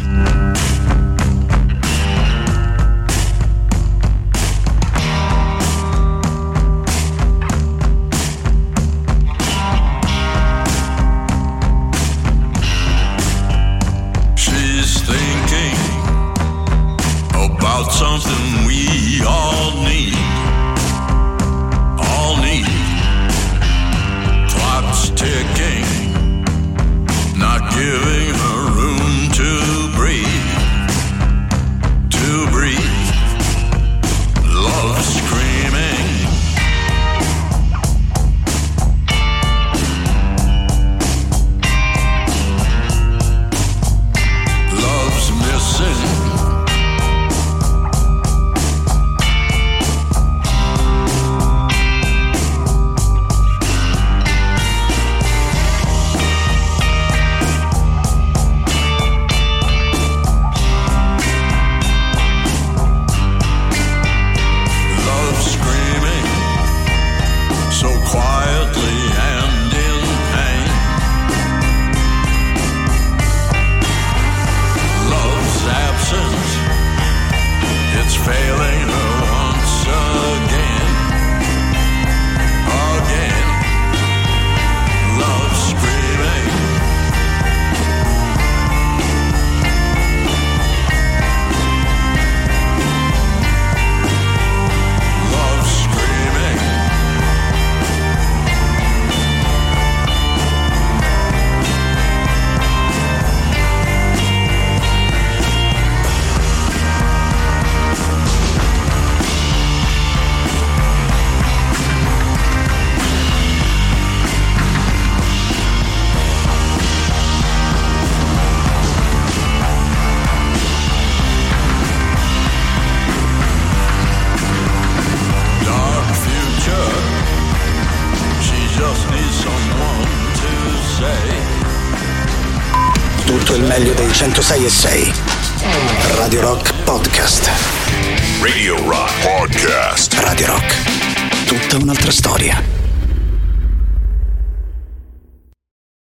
She's thinking about something we all need. Clock's ticking, not giving her room to breathe. Love screaming, love's missing. Failing her once again. Love screaming, love screaming. Tutto il meglio dei 106.6 Radio Rock Podcast. Radio Rock Podcast. Radio Rock, tutta un'altra storia.